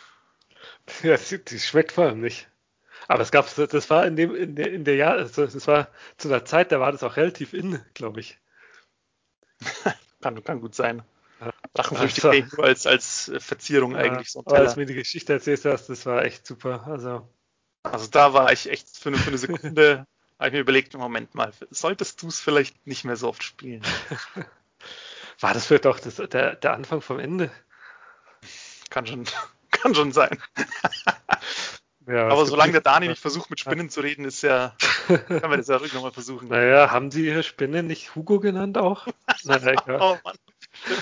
Speaker 1: ja, die schmeckt vor allem nicht. Aber das war in der Jahr, also das war zu einer Zeit, da war das auch relativ in, glaube ich.
Speaker 2: Kann gut sein. Drachenfrüchte
Speaker 1: Also,
Speaker 2: kenne ich nur als Verzierung eigentlich, so ein
Speaker 1: aber als
Speaker 2: Teller.
Speaker 1: mir die Geschichte erzählt hast, das war echt super.
Speaker 2: Also da war ich echt für eine Sekunde, habe ich mir überlegt, Moment mal, solltest du es vielleicht nicht mehr so oft spielen?
Speaker 1: War das vielleicht auch der Anfang vom Ende?
Speaker 2: Kann schon, kann schon sein.
Speaker 1: Ja, es
Speaker 2: Aber
Speaker 1: gibt
Speaker 2: solange der
Speaker 1: nichts.
Speaker 2: Dani nicht versucht, mit Spinnen zu reden, können wir das ja ruhig nochmal versuchen.
Speaker 1: Naja, haben sie ihre Spinne nicht Hugo genannt auch? Naja, egal.
Speaker 2: Oh Mann, stimmt.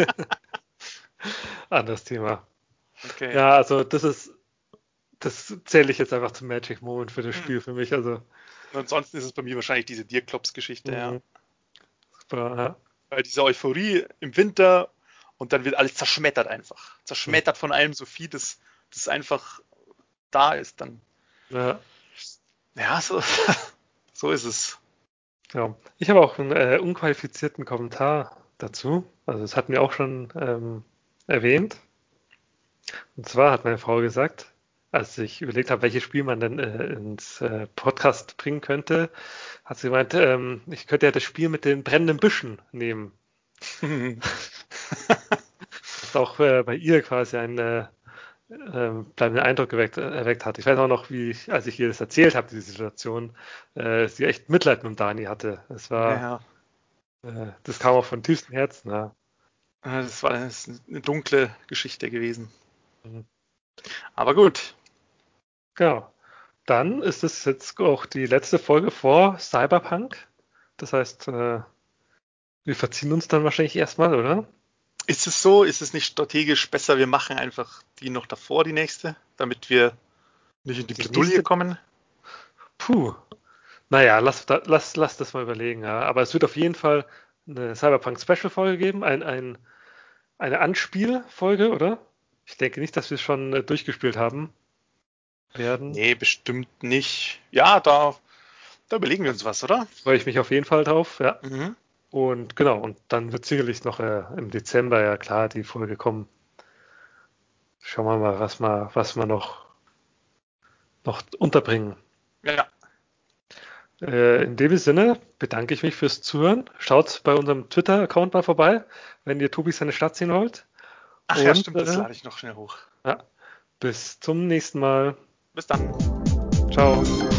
Speaker 1: Anderes Thema.
Speaker 2: Okay.
Speaker 1: Ja, also das zähle ich jetzt einfach zum Magic Moment für das
Speaker 2: Hm.
Speaker 1: Spiel für mich. Also,
Speaker 2: Und ansonsten ist es bei mir wahrscheinlich diese Dirklops-Geschichte, ja.
Speaker 1: super, ja.
Speaker 2: Weil diese Euphorie im Winter und dann wird alles zerschmettert einfach. Zerschmettert von allem so viel, das einfach da ist dann.
Speaker 1: Ja,
Speaker 2: Ja, so, so ist es.
Speaker 1: ja. Ich habe auch einen unqualifizierten Kommentar dazu. Also das hatten wir auch schon erwähnt. Und zwar hat meine Frau gesagt, als ich überlegt habe, welches Spiel man denn ins Podcast bringen könnte, hat sie gemeint, ich könnte ja das Spiel mit den brennenden Büschen nehmen. Was auch bei ihr quasi einen bleibenden Eindruck erweckt hat. Ich weiß auch noch, als ich ihr das erzählt habe, diese Situation, sie echt Mitleid mit dem Dani hatte.
Speaker 2: Ja,
Speaker 1: Das kam auch von tiefstem Herzen. Ja.
Speaker 2: das ist eine dunkle Geschichte gewesen.
Speaker 1: Mhm.
Speaker 2: Aber gut.
Speaker 1: Genau. Dann ist es jetzt auch die letzte Folge vor Cyberpunk. Das heißt, wir verziehen uns dann wahrscheinlich erstmal, oder?
Speaker 2: Ist es so? Ist es nicht strategisch besser, wir machen einfach die noch davor, die nächste, damit wir nicht in die
Speaker 1: Die
Speaker 2: Bredouille
Speaker 1: nächste,
Speaker 2: kommen?
Speaker 1: puh. Naja, lass das mal überlegen. Ja. Aber es wird auf jeden Fall eine Cyberpunk-Special-Folge geben, eine Anspielfolge, oder? Ich denke nicht, dass wir es schon durchgespielt haben werden.
Speaker 2: Nee, bestimmt nicht. Ja, da überlegen wir uns was, oder?
Speaker 1: Freue ich mich auf jeden Fall drauf, ja.
Speaker 2: Mhm.
Speaker 1: Und genau, und dann wird sicherlich noch im Dezember, ja klar, die Folge kommen. Schauen wir mal, was wir noch unterbringen.
Speaker 2: Ja,
Speaker 1: In dem Sinne bedanke ich mich fürs Zuhören. Schaut bei unserem Twitter-Account mal vorbei, wenn ihr Tobi seine Stadt sehen wollt.
Speaker 2: ach ja,
Speaker 1: Und
Speaker 2: stimmt, das lade ich noch schnell hoch.
Speaker 1: ja, bis zum nächsten Mal.
Speaker 2: Bis dann.
Speaker 1: Ciao.